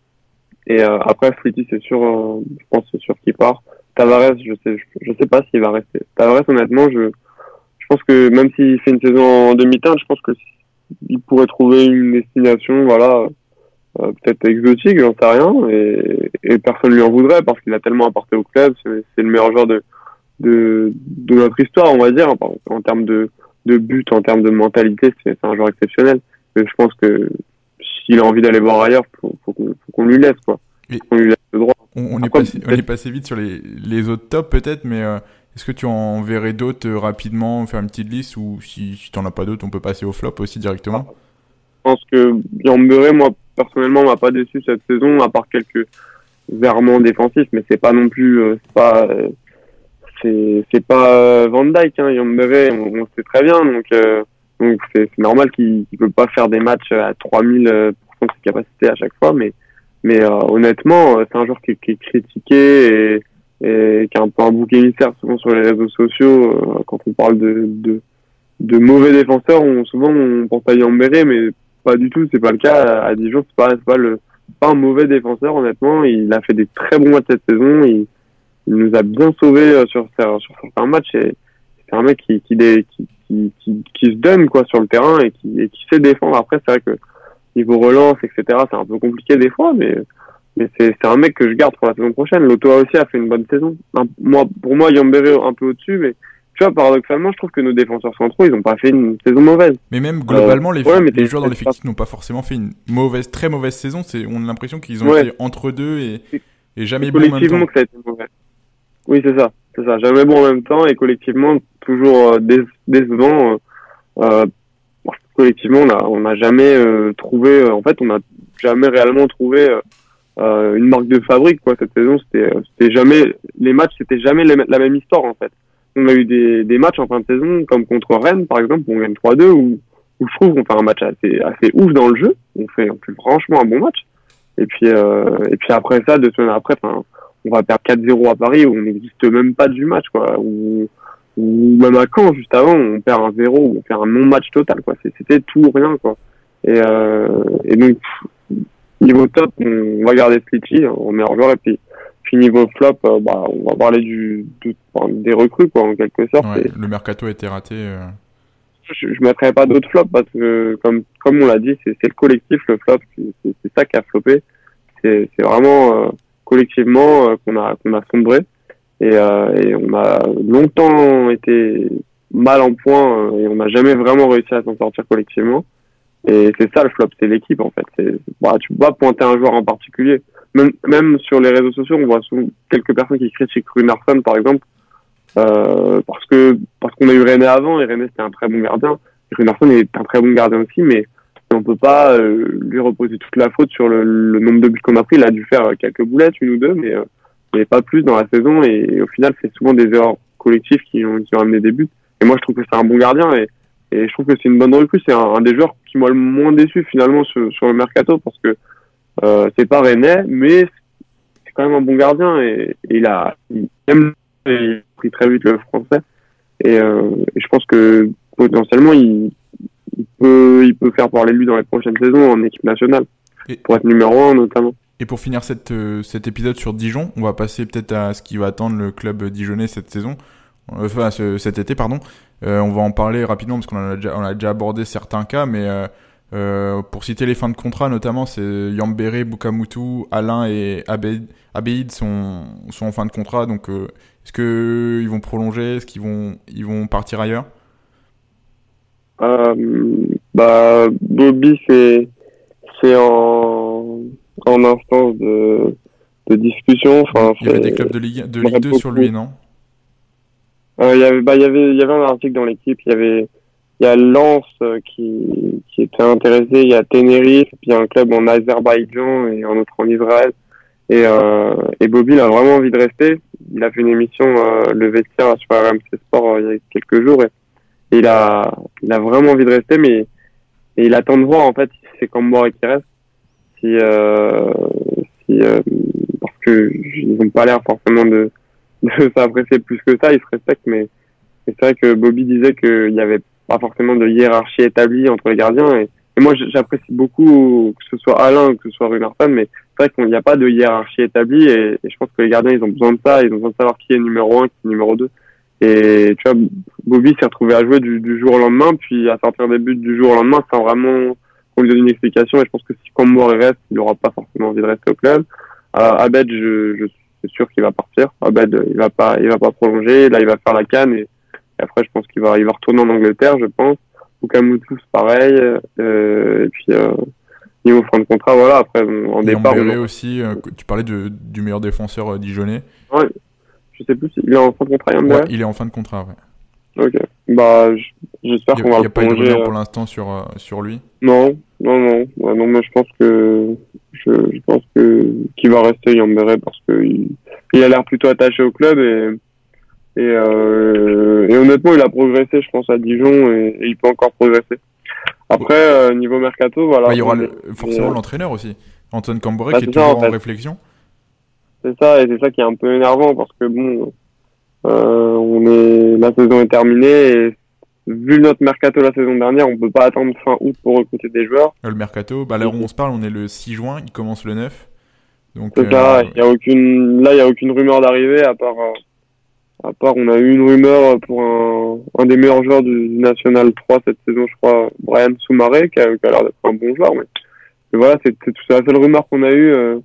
Et euh, après, Slity, c'est sûr, euh, je pense que c'est sûr qu'il part. Tavares, je sais, je, je sais pas s'il va rester. Tavares, honnêtement, je, je pense que même s'il fait une saison en demi-teinte, je pense que il pourrait trouver une destination, voilà, euh, peut-être exotique, j'en sais rien, et, et personne lui en voudrait parce qu'il a tellement apporté au club. C'est, c'est le meilleur joueur de, de, de notre histoire, on va dire, en, en termes de, de but, en termes de mentalité, c'est, c'est un joueur exceptionnel. Mais je pense que s'il a envie d'aller voir ailleurs, faut, faut, qu'on, faut qu'on lui laisse, quoi. Et faut qu'on lui laisse le droit. On, on, Après, est passé, on est passé vite sur les, les autres tops peut-être, mais euh, est-ce que tu en verrais d'autres euh, rapidement, faire une petite liste, ou si, si t'en as pas d'autres, on peut passer au flop aussi directement? Je pense que Yamberé, moi, personnellement, m'a pas déçu cette saison, à part quelques errements défensifs, mais c'est pas non plus, euh, c'est pas, euh, c'est, c'est pas euh, Van Dijk, hein, Yamberé, on, on sait très bien, donc, euh, donc c'est, c'est normal qu'il, qu'il peut pas faire des matchs à trois mille pour cent de ses capacités à chaque fois, mais Mais euh, honnêtement, c'est un joueur qui, qui est critiqué et, et qui a un peu un bouc émissaire souvent sur les réseaux sociaux. Euh, quand on parle de, de, de mauvais défenseurs, on, souvent on pense à Yamberé, mais pas du tout. C'est pas le cas. À Dijon, c'est pas, c'est pas le, c'est pas un mauvais défenseur, honnêtement. Il a fait des très bons matchs cette saison. Il, il nous a bien sauvés sur, sur certains matchs. Et c'est un mec qui, qui, qui, qui, qui, qui se donne, quoi, sur le terrain et qui, et qui sait défendre. Après, c'est vrai que niveau relance, et cetera, c'est un peu compliqué des fois, mais mais c'est, c'est un mec que je garde pour la saison prochaine. Lotoa aussi a fait une bonne saison. Un, moi, pour moi, Yambere un peu au-dessus, mais tu vois, paradoxalement, je trouve que nos défenseurs centraux, ils ont pas fait une saison mauvaise. Mais même globalement, euh, les, ouais, mais les joueurs dans l'effectif n'ont pas forcément fait une mauvaise, très mauvaise saison. C'est, on a l'impression qu'ils ont ouais. été entre deux et, et jamais bons en même temps. Collectivement, que ça a été mauvais. Oui, c'est ça, c'est ça. Jamais bon en même temps et collectivement toujours euh, dé- décevant. Euh, collectivement, on a, on a jamais euh, trouvé. Euh, en fait, on a jamais réellement trouvé euh, une marque de fabrique, quoi. Cette saison, c'était, c'était jamais les matchs, c'était jamais les, la même histoire, en fait. On a eu des, des matchs en fin de saison, comme contre Rennes, par exemple, où on gagne trois deux, où, où je trouve qu'on fait un match assez, assez ouf dans le jeu. On fait, on fait franchement un bon match. Et puis, euh, et puis après ça, deux semaines après, enfin, on va perdre quatre zéro à Paris, où on n'existe même pas du match, quoi. Ou, ou même à Caen, juste avant, on perd un zéro, où on fait un non-match total, quoi. C'était tout ou rien, quoi. Et, euh, et donc, niveau top, on va garder Slitchy, en meilleur joueur, et puis, puis niveau flop, euh, bah, on va parler du, du, enfin, des recrues, quoi, en quelque sorte. Ouais, et... le mercato a été raté. Euh... Je, je mettrais pas d'autres flops parce que, comme, comme on l'a dit, c'est, c'est le collectif, le flop, c'est, c'est, c'est ça qui a floppé. C'est, c'est vraiment, euh, collectivement, euh, qu'on a, qu'on a sombré. Et, euh, et on a longtemps été mal en point, euh, et on n'a jamais vraiment réussi à s'en sortir collectivement. Et c'est ça le flop, c'est l'équipe, en fait. C'est, bah, tu peux pas pointer un joueur en particulier. Même, même sur les réseaux sociaux, on voit souvent quelques personnes qui critiquent Runarsson, par exemple, euh, parce que, parce qu'on a eu René avant, et René c'était un très bon gardien. Et Runarsson est un très bon gardien aussi, mais on peut pas, euh, lui reposer toute la faute sur le, le nombre de buts qu'on a pris. Il a dû faire quelques boulettes, une ou deux, mais, euh, mais pas plus dans la saison. Et, et au final, c'est souvent des erreurs collectives qui ont, qui ont amené des buts. Et moi, je trouve que c'est un bon gardien, et, et je trouve que c'est une bonne recrue. C'est un, un des joueurs qui m'a le moins déçu, finalement, sur, sur le mercato, parce que, euh, c'est pas René, mais c'est quand même un bon gardien, et, et il a, il aime, et il a pris très vite le français. Et, euh, et je pense que, potentiellement, il, il peut, il peut faire parler de lui dans les prochaines saisons en équipe nationale. Et pour être numéro un, notamment. Et pour finir cette, euh, cet épisode sur Dijon, on va passer peut-être à ce qui va attendre le club dijonnais cette saison, enfin ce, cet été, pardon. Euh, on va en parler rapidement parce qu'on a déjà, on a déjà abordé certains cas, mais euh, euh, pour citer les fins de contrat, notamment, c'est Yambere, Bukamutu, Alain et Abeid, Abeid sont, sont en fin de contrat. Donc, euh, est-ce qu'ils vont prolonger? Est-ce qu'ils vont, ils vont partir ailleurs? euh, bah, Bobby, c'est, c'est en, en instance de, de discussion. Enfin, il y avait des clubs de Ligue, de Ligue deux sur lui, non? Euh, il y avait, bah, il y avait, il y avait un article dans l'équipe. Il y avait, il y a Lens euh, qui, qui était intéressé. Il y a Tenerife, puis il y a un club en Azerbaïdjan et un autre en Israël. Et, euh, et Bobby, il a vraiment envie de rester. Il a fait une émission, euh, le vestiaire sur R M C Sport, euh, il y a quelques jours. Et, et il a, il a vraiment envie de rester, mais et il attend de voir, en fait, si c'est Camboire qui reste. Si, euh, si, euh, parce que ils n'ont pas l'air forcément de, de s'apprécier plus que ça. Ils se respectent, mais, mais c'est vrai que Bobby disait qu'il n'y avait pas forcément de hiérarchie établie entre les gardiens. Et, et moi, j'apprécie beaucoup que ce soit Alain ou que ce soit Runarsson, mais c'est vrai qu'il n'y a pas de hiérarchie établie. Et, et je pense que les gardiens, ils ont besoin de ça. Ils ont besoin de savoir qui est numéro un, qui est numéro deux. Et tu vois, Bobby s'est retrouvé à jouer du, du jour au lendemain, puis à sortir des buts du jour au lendemain sans vraiment qu'on lui donne une explication. Et je pense que si Camboire reste, il n'aura pas forcément envie de rester au club. Euh, Abed, je, je suis sûr qu'il va partir. Abed, il va pas, il va pas prolonger. Là, il va faire la CAN, et, et après, je pense qu'il va, il va retourner en Angleterre, je pense. Bukamutu, c'est pareil. Euh, et puis euh, niveau fin de contrat, voilà. Après, en et départ, on aussi. Euh, tu parlais de, du meilleur défenseur euh, dijonnais. Ouais. Je sais plus s'il est en fin de contrat, Yambere. Ouais, il est en fin de contrat, ouais. Ok. Bah, j'espère qu'on va le prolonger. Il n'y a pas de rumeur pour l'instant sur, euh, sur lui? Non, non, non. Ouais, non, mais je pense que, je, je pense que, qu'il va rester Yambere parce que il, il a l'air plutôt attaché au club et, et, euh, et honnêtement, il a progressé, je pense, à Dijon et, et il peut encore progresser. Après, euh, niveau mercato, voilà. Bah, il y aura le, forcément euh, l'entraîneur aussi. Antoine Camboré, bah, qui est toujours ça, en, en fait. réflexion. C'est ça, et c'est ça qui est un peu énervant parce que bon, euh, on est, la saison est terminée et vu notre mercato la saison dernière, on peut pas attendre fin août pour recruter des joueurs. Le mercato, bah là où on se parle, on est le six juin, il commence le neuf. Donc, c'est euh, ça, il y a aucune, là il y a aucune rumeur d'arrivée à part, euh, à part on a eu une rumeur pour un, un des meilleurs joueurs du, du National trois cette saison, je crois, Brian Soumaré, qui a, qui a l'air d'être un bon joueur, mais, mais voilà, c'est, c'est, c'est la seule rumeur qu'on a eue. Euh,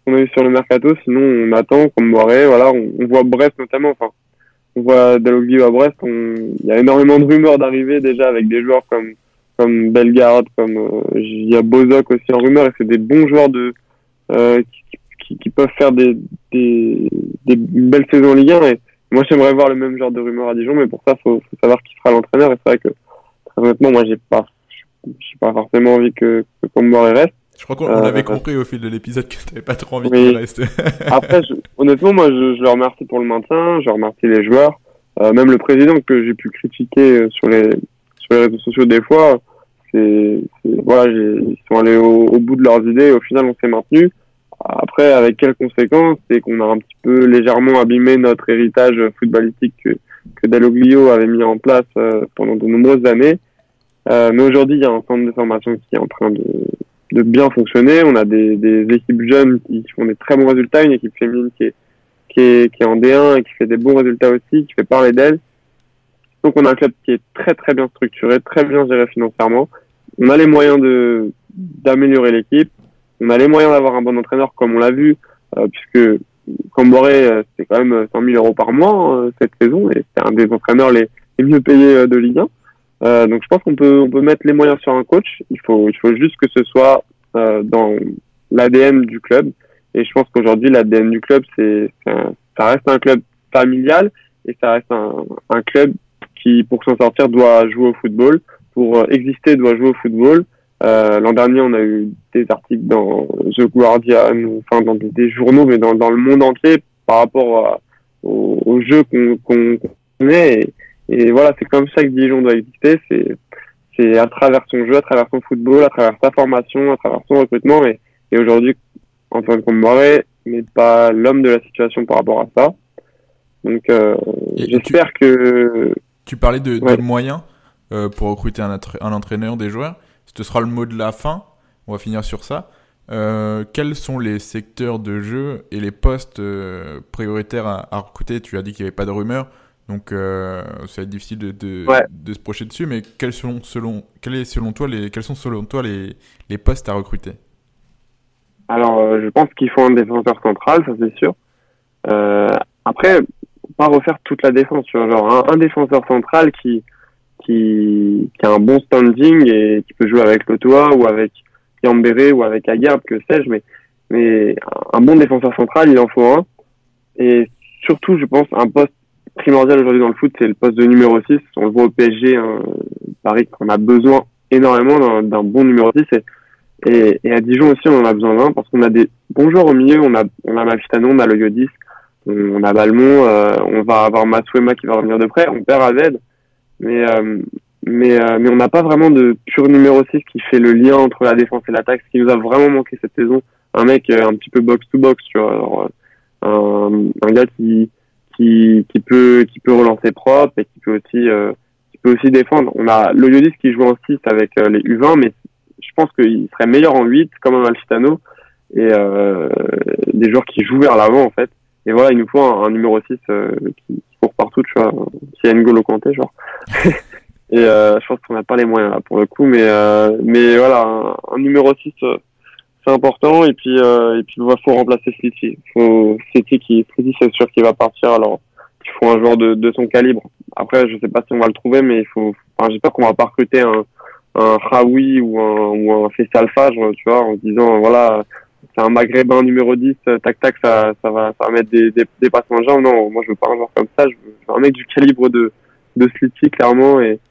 qu'on a eu sur le mercato. Sinon, on attend comme Boiré. Voilà, on, on voit Brest notamment. Enfin, on voit Dalloglio à Brest. On... Il y a énormément de rumeurs d'arrivée déjà avec des joueurs comme comme Bellegarde, comme euh, il y a Bozok aussi en rumeur. Et c'est des bons joueurs de euh, qui, qui, qui peuvent faire des, des des belles saisons en Ligue un. Et moi, j'aimerais voir le même genre de rumeurs à Dijon, mais pour ça, faut, faut savoir qui sera l'entraîneur. Et c'est vrai que très honnêtement, moi, j'ai pas j'ai pas forcément envie que que Comboiré reste. Je crois qu'on euh, avait compris au fil de l'épisode que t'avais pas trop envie oui. qu'il reste. Après, je, honnêtement, moi, je, je le remercie pour le maintien, je remercie les joueurs, euh, même le président que j'ai pu critiquer sur les sur les réseaux sociaux des fois. C'est, c'est voilà, j'ai, ils sont allés au, au bout de leurs idées. Et au final, on s'est maintenu. Après, avec quelles conséquences? C'est qu'on a un petit peu légèrement abîmé notre héritage footballistique que que Dalloglio avait mis en place euh, pendant de nombreuses années. Euh, mais aujourd'hui, il y a un centre de formation qui est en train de de bien fonctionner. On a des, des équipes jeunes qui font des très bons résultats, une équipe féminine qui est, qui est, qui est en D un et qui fait des bons résultats aussi, qui fait parler d'elle. Donc on a un club qui est très très bien structuré, très bien géré financièrement. On a les moyens de, d'améliorer l'équipe. On a les moyens d'avoir un bon entraîneur comme on l'a vu, euh, puisque Comboiré, euh, c'est quand même cent mille euros par mois, euh, cette saison, et c'est un des entraîneurs les, les mieux payés euh, de Ligue un. Euh, donc je pense qu'on peut on peut mettre les moyens sur un coach. Il faut il faut juste que ce soit euh, dans l'A D N du club. Et je pense qu'aujourd'hui l'A D N du club c'est, c'est un, ça reste un club familial et ça reste un, un club qui pour s'en sortir doit jouer au football, pour exister doit jouer au football. Euh, l'an dernier on a eu des articles dans The Guardian, enfin dans des, des journaux mais dans dans le monde entier par rapport à, au, au jeu qu'on qu'on connaît. Et, Et voilà, c'est comme ça que Dijon doit exister. C'est, c'est à travers son jeu, à travers son football, à travers sa formation, à travers son recrutement. Et, et aujourd'hui, Antoine Comboiré n'est pas l'homme de la situation par rapport à ça. Donc, euh, j'espère tu, que... Tu parlais de, ouais. de moyens euh, pour recruter un, un entraîneur, des joueurs. Ce sera le mot de la fin. On va finir sur ça. Euh, quels sont les secteurs de jeu et les postes euh, prioritaires à, à recruter? Tu as dit qu'il n'y avait pas de rumeurs. Donc, euh, ça va être difficile de, de, ouais. de se projeter dessus, mais quels sont selon, quel est selon toi les, quels sont selon toi les, les postes à recruter? Alors, euh, je pense qu'il faut un défenseur central, ça c'est sûr. Euh, après, pas refaire toute la défense, tu vois, genre un, un défenseur central qui, qui, qui a un bon standing et qui peut jouer avec Lotoa ou avec Yambéré ou avec Aguerd, que sais-je, mais, mais un bon défenseur central, il en faut un. Et surtout, je pense, un poste primordial aujourd'hui dans le foot, c'est le poste de numéro six. On le voit au P S G, hein, Paris, qu'on a besoin énormément d'un, d'un bon numéro six. Et, et, et à Dijon aussi, on en a besoin d'un parce qu'on a des bons joueurs au milieu. On a, on a Mafitano, on a le Yodis, on, on a Balmont, euh, on va avoir Masuema qui va revenir de près. On perd Aved, mais, euh, mais, euh, mais on n'a pas vraiment de pur numéro six qui fait le lien entre la défense et l'attaque, ce qui nous a vraiment manqué cette saison. Un mec euh, un petit peu box-to-box, tu vois. Alors, un, un gars qui Qui, qui peut qui peut relancer propre et qui peut aussi euh, qui peut aussi défendre. On a le Yodis qui joue en six avec euh, les U vingt, mais je pense qu'il serait meilleur en huit comme un Malfitano et euh, des joueurs qui jouent vers l'avant en fait. Et voilà, il nous faut un, un numéro six euh, qui, qui court partout, tu vois, qui a N'Golo Kanté genre. Et euh, je pense qu'on n'a pas les moyens là pour le coup, mais euh, mais voilà, un, un numéro six euh, c'est important. Et puis euh, et puis il va faut remplacer Slity. Faut Slity qui Slity c'est sûr qu'il va partir, alors il faut un joueur de de son calibre. Après je sais pas si on va le trouver, mais il faut, enfin j'espère qu'on va pas recruter un un Raoui ou un ou un Faisal Fage, tu vois, en se disant voilà c'est un Maghrébin numéro dix, tac tac ça ça va ça va mettre des des, des passes en jambe. Non, moi je veux pas un joueur comme ça, je veux, je veux un mec du calibre de de Slity clairement. et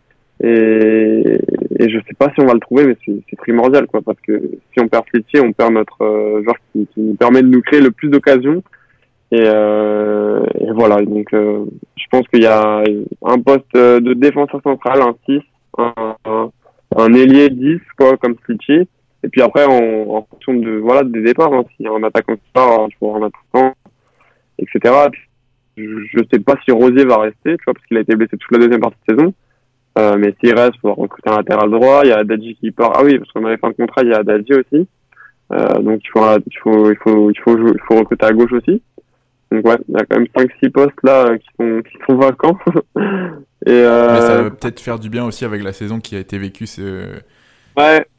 Et, et je sais pas si on va le trouver, mais c'est, c'est primordial, quoi, parce que si on perd Slity, on perd notre euh, joueur qui, qui nous permet de nous créer le plus d'occasions. Et, euh, et voilà, donc euh, je pense qu'il y a un poste de défenseur central, un six, un, un, un ailier dix, quoi, comme Slity. Et puis après, en, en fonction de voilà des départs, hein, si un attaquant qui part, il faut un attaquant, et cetera. Je, je sais pas si Rosier va rester, tu vois, parce qu'il a été blessé toute la deuxième partie de saison. Euh, mais s'il reste, il faut recruter un latéral droit. Il y a Adadji qui part. Ah oui, parce qu'on avait fait un contrat, il y a Adadji aussi. Euh, donc il faut, il faut, il faut, il faut, il faut recruter à gauche aussi. Donc ouais, il y a quand même cinq six postes là qui sont, qui sont vacants. Et euh... Mais ça va peut-être faire du bien aussi avec la saison qui a été vécue. C'est... Ouais.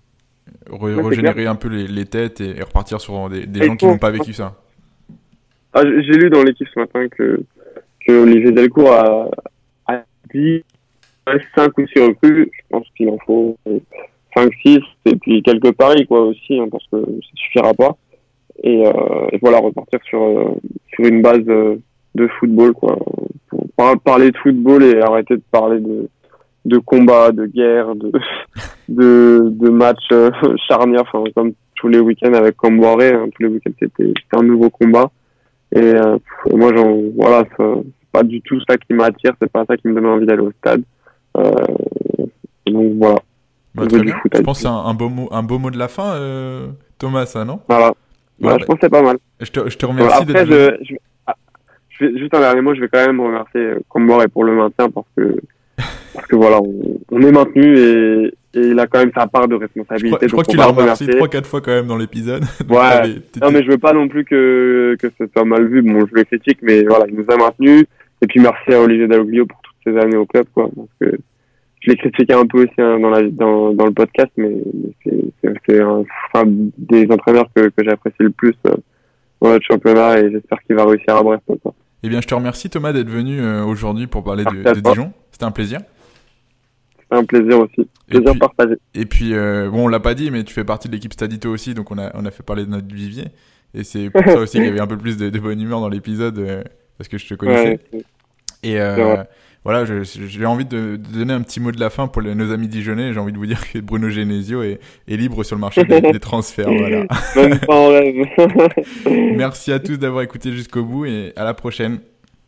re- Ouais, c'est régénérer un peu les, les têtes et, et repartir sur des, des Et gens qui faut- n'ont pas vécu ça. Ah, j'ai j'ai lu dans l'équipe ce matin que, que Olivier Delcourt a, a dit cinq ou six recrues. Je pense qu'il en faut cinq six et puis quelques paris quoi aussi, hein, parce que ça suffira pas. Et, euh, et voilà, repartir sur, euh, sur une base euh, de football, quoi. Pour par- parler de football et arrêter de parler de, de combat, de guerre, de, de, de matchs euh, charnières, enfin, comme tous les week-ends avec Camboiré, hein, tous les week-ends c'était, c'était un nouveau combat. Et, euh, et moi, j'en, voilà, ça, c'est pas du tout ça qui m'attire, c'est pas ça qui me donne envie d'aller au stade. Euh, donc voilà. Bah, Je très veux du bien. foot Je à pense que c'est dire. un, un, beau mot, un beau mot de la fin, euh, Thomas, ça, non? Voilà. Voilà, Ouais, je pense que c'est pas mal. Je te, je te Euh, remercie Après, d'être venu. je, je, ah, je vais, juste un dernier mot, je vais quand même remercier euh, Comboiré pour le maintien parce que, parce que voilà, on, on est maintenu et, et il a quand même sa part de Je crois, responsabilité. je crois donc que tu on va l'as le remercié remercier. trois quatre fois quand même dans l'épisode. Donc, Ouais. t'avais- t'étais- Non, mais je veux pas non plus que, que ce soit mal vu. Bon, je le critique, mais voilà, il nous a maintenus. Et puis merci à Olivier Dalloglio pour toutes ces années au club, quoi. Parce que je l'ai critiqué un peu aussi hein, dans, la, dans, dans le podcast, mais, mais c'est, c'est, c'est un, un des entraîneurs que, que j'apprécie le plus euh, dans notre championnat et j'espère qu'il va réussir à Brest, quoi. Eh bien, je te remercie, Thomas, d'être venu euh, aujourd'hui pour parler de, Merci à de toi. Dijon. C'était un plaisir. C'est un plaisir aussi. Et Plaisir puis- partagé. Et puis, euh, bon, on l'a pas dit, mais tu fais partie de l'équipe Stadito aussi, donc on a, on a fait parler de notre vivier. Et c'est pour ça aussi qu'il y avait un peu plus de, de bonne humeur dans l'épisode, euh, parce que je te connaissais. Ouais, Et C'est euh, vrai. voilà, je- j'ai envie de, de donner un petit mot de la fin pour les- nos amis dijonnais. J'ai envie de vous dire que Bruno Genesio est, est libre sur le marché des, des transferts. Voilà. même pas en rêve. Merci à tous d'avoir écouté jusqu'au bout et à la prochaine.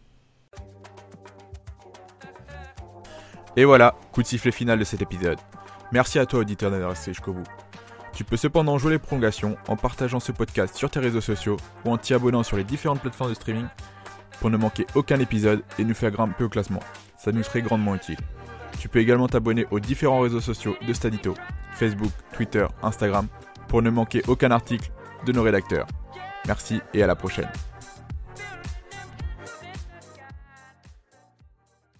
Et voilà, coup de sifflet final de cet épisode. Merci à toi auditeur d'avoir resté jusqu'au bout. Tu peux cependant jouer les prolongations en partageant ce podcast sur tes réseaux sociaux ou en t'y abonnant sur les différentes plateformes de streaming pour ne manquer aucun épisode et nous faire grimper au classement. Ça nous serait grandement utile. Tu peux également t'abonner aux différents réseaux sociaux de Stadito, Facebook, Twitter, Instagram, pour ne manquer aucun article de nos rédacteurs. Merci et à la prochaine.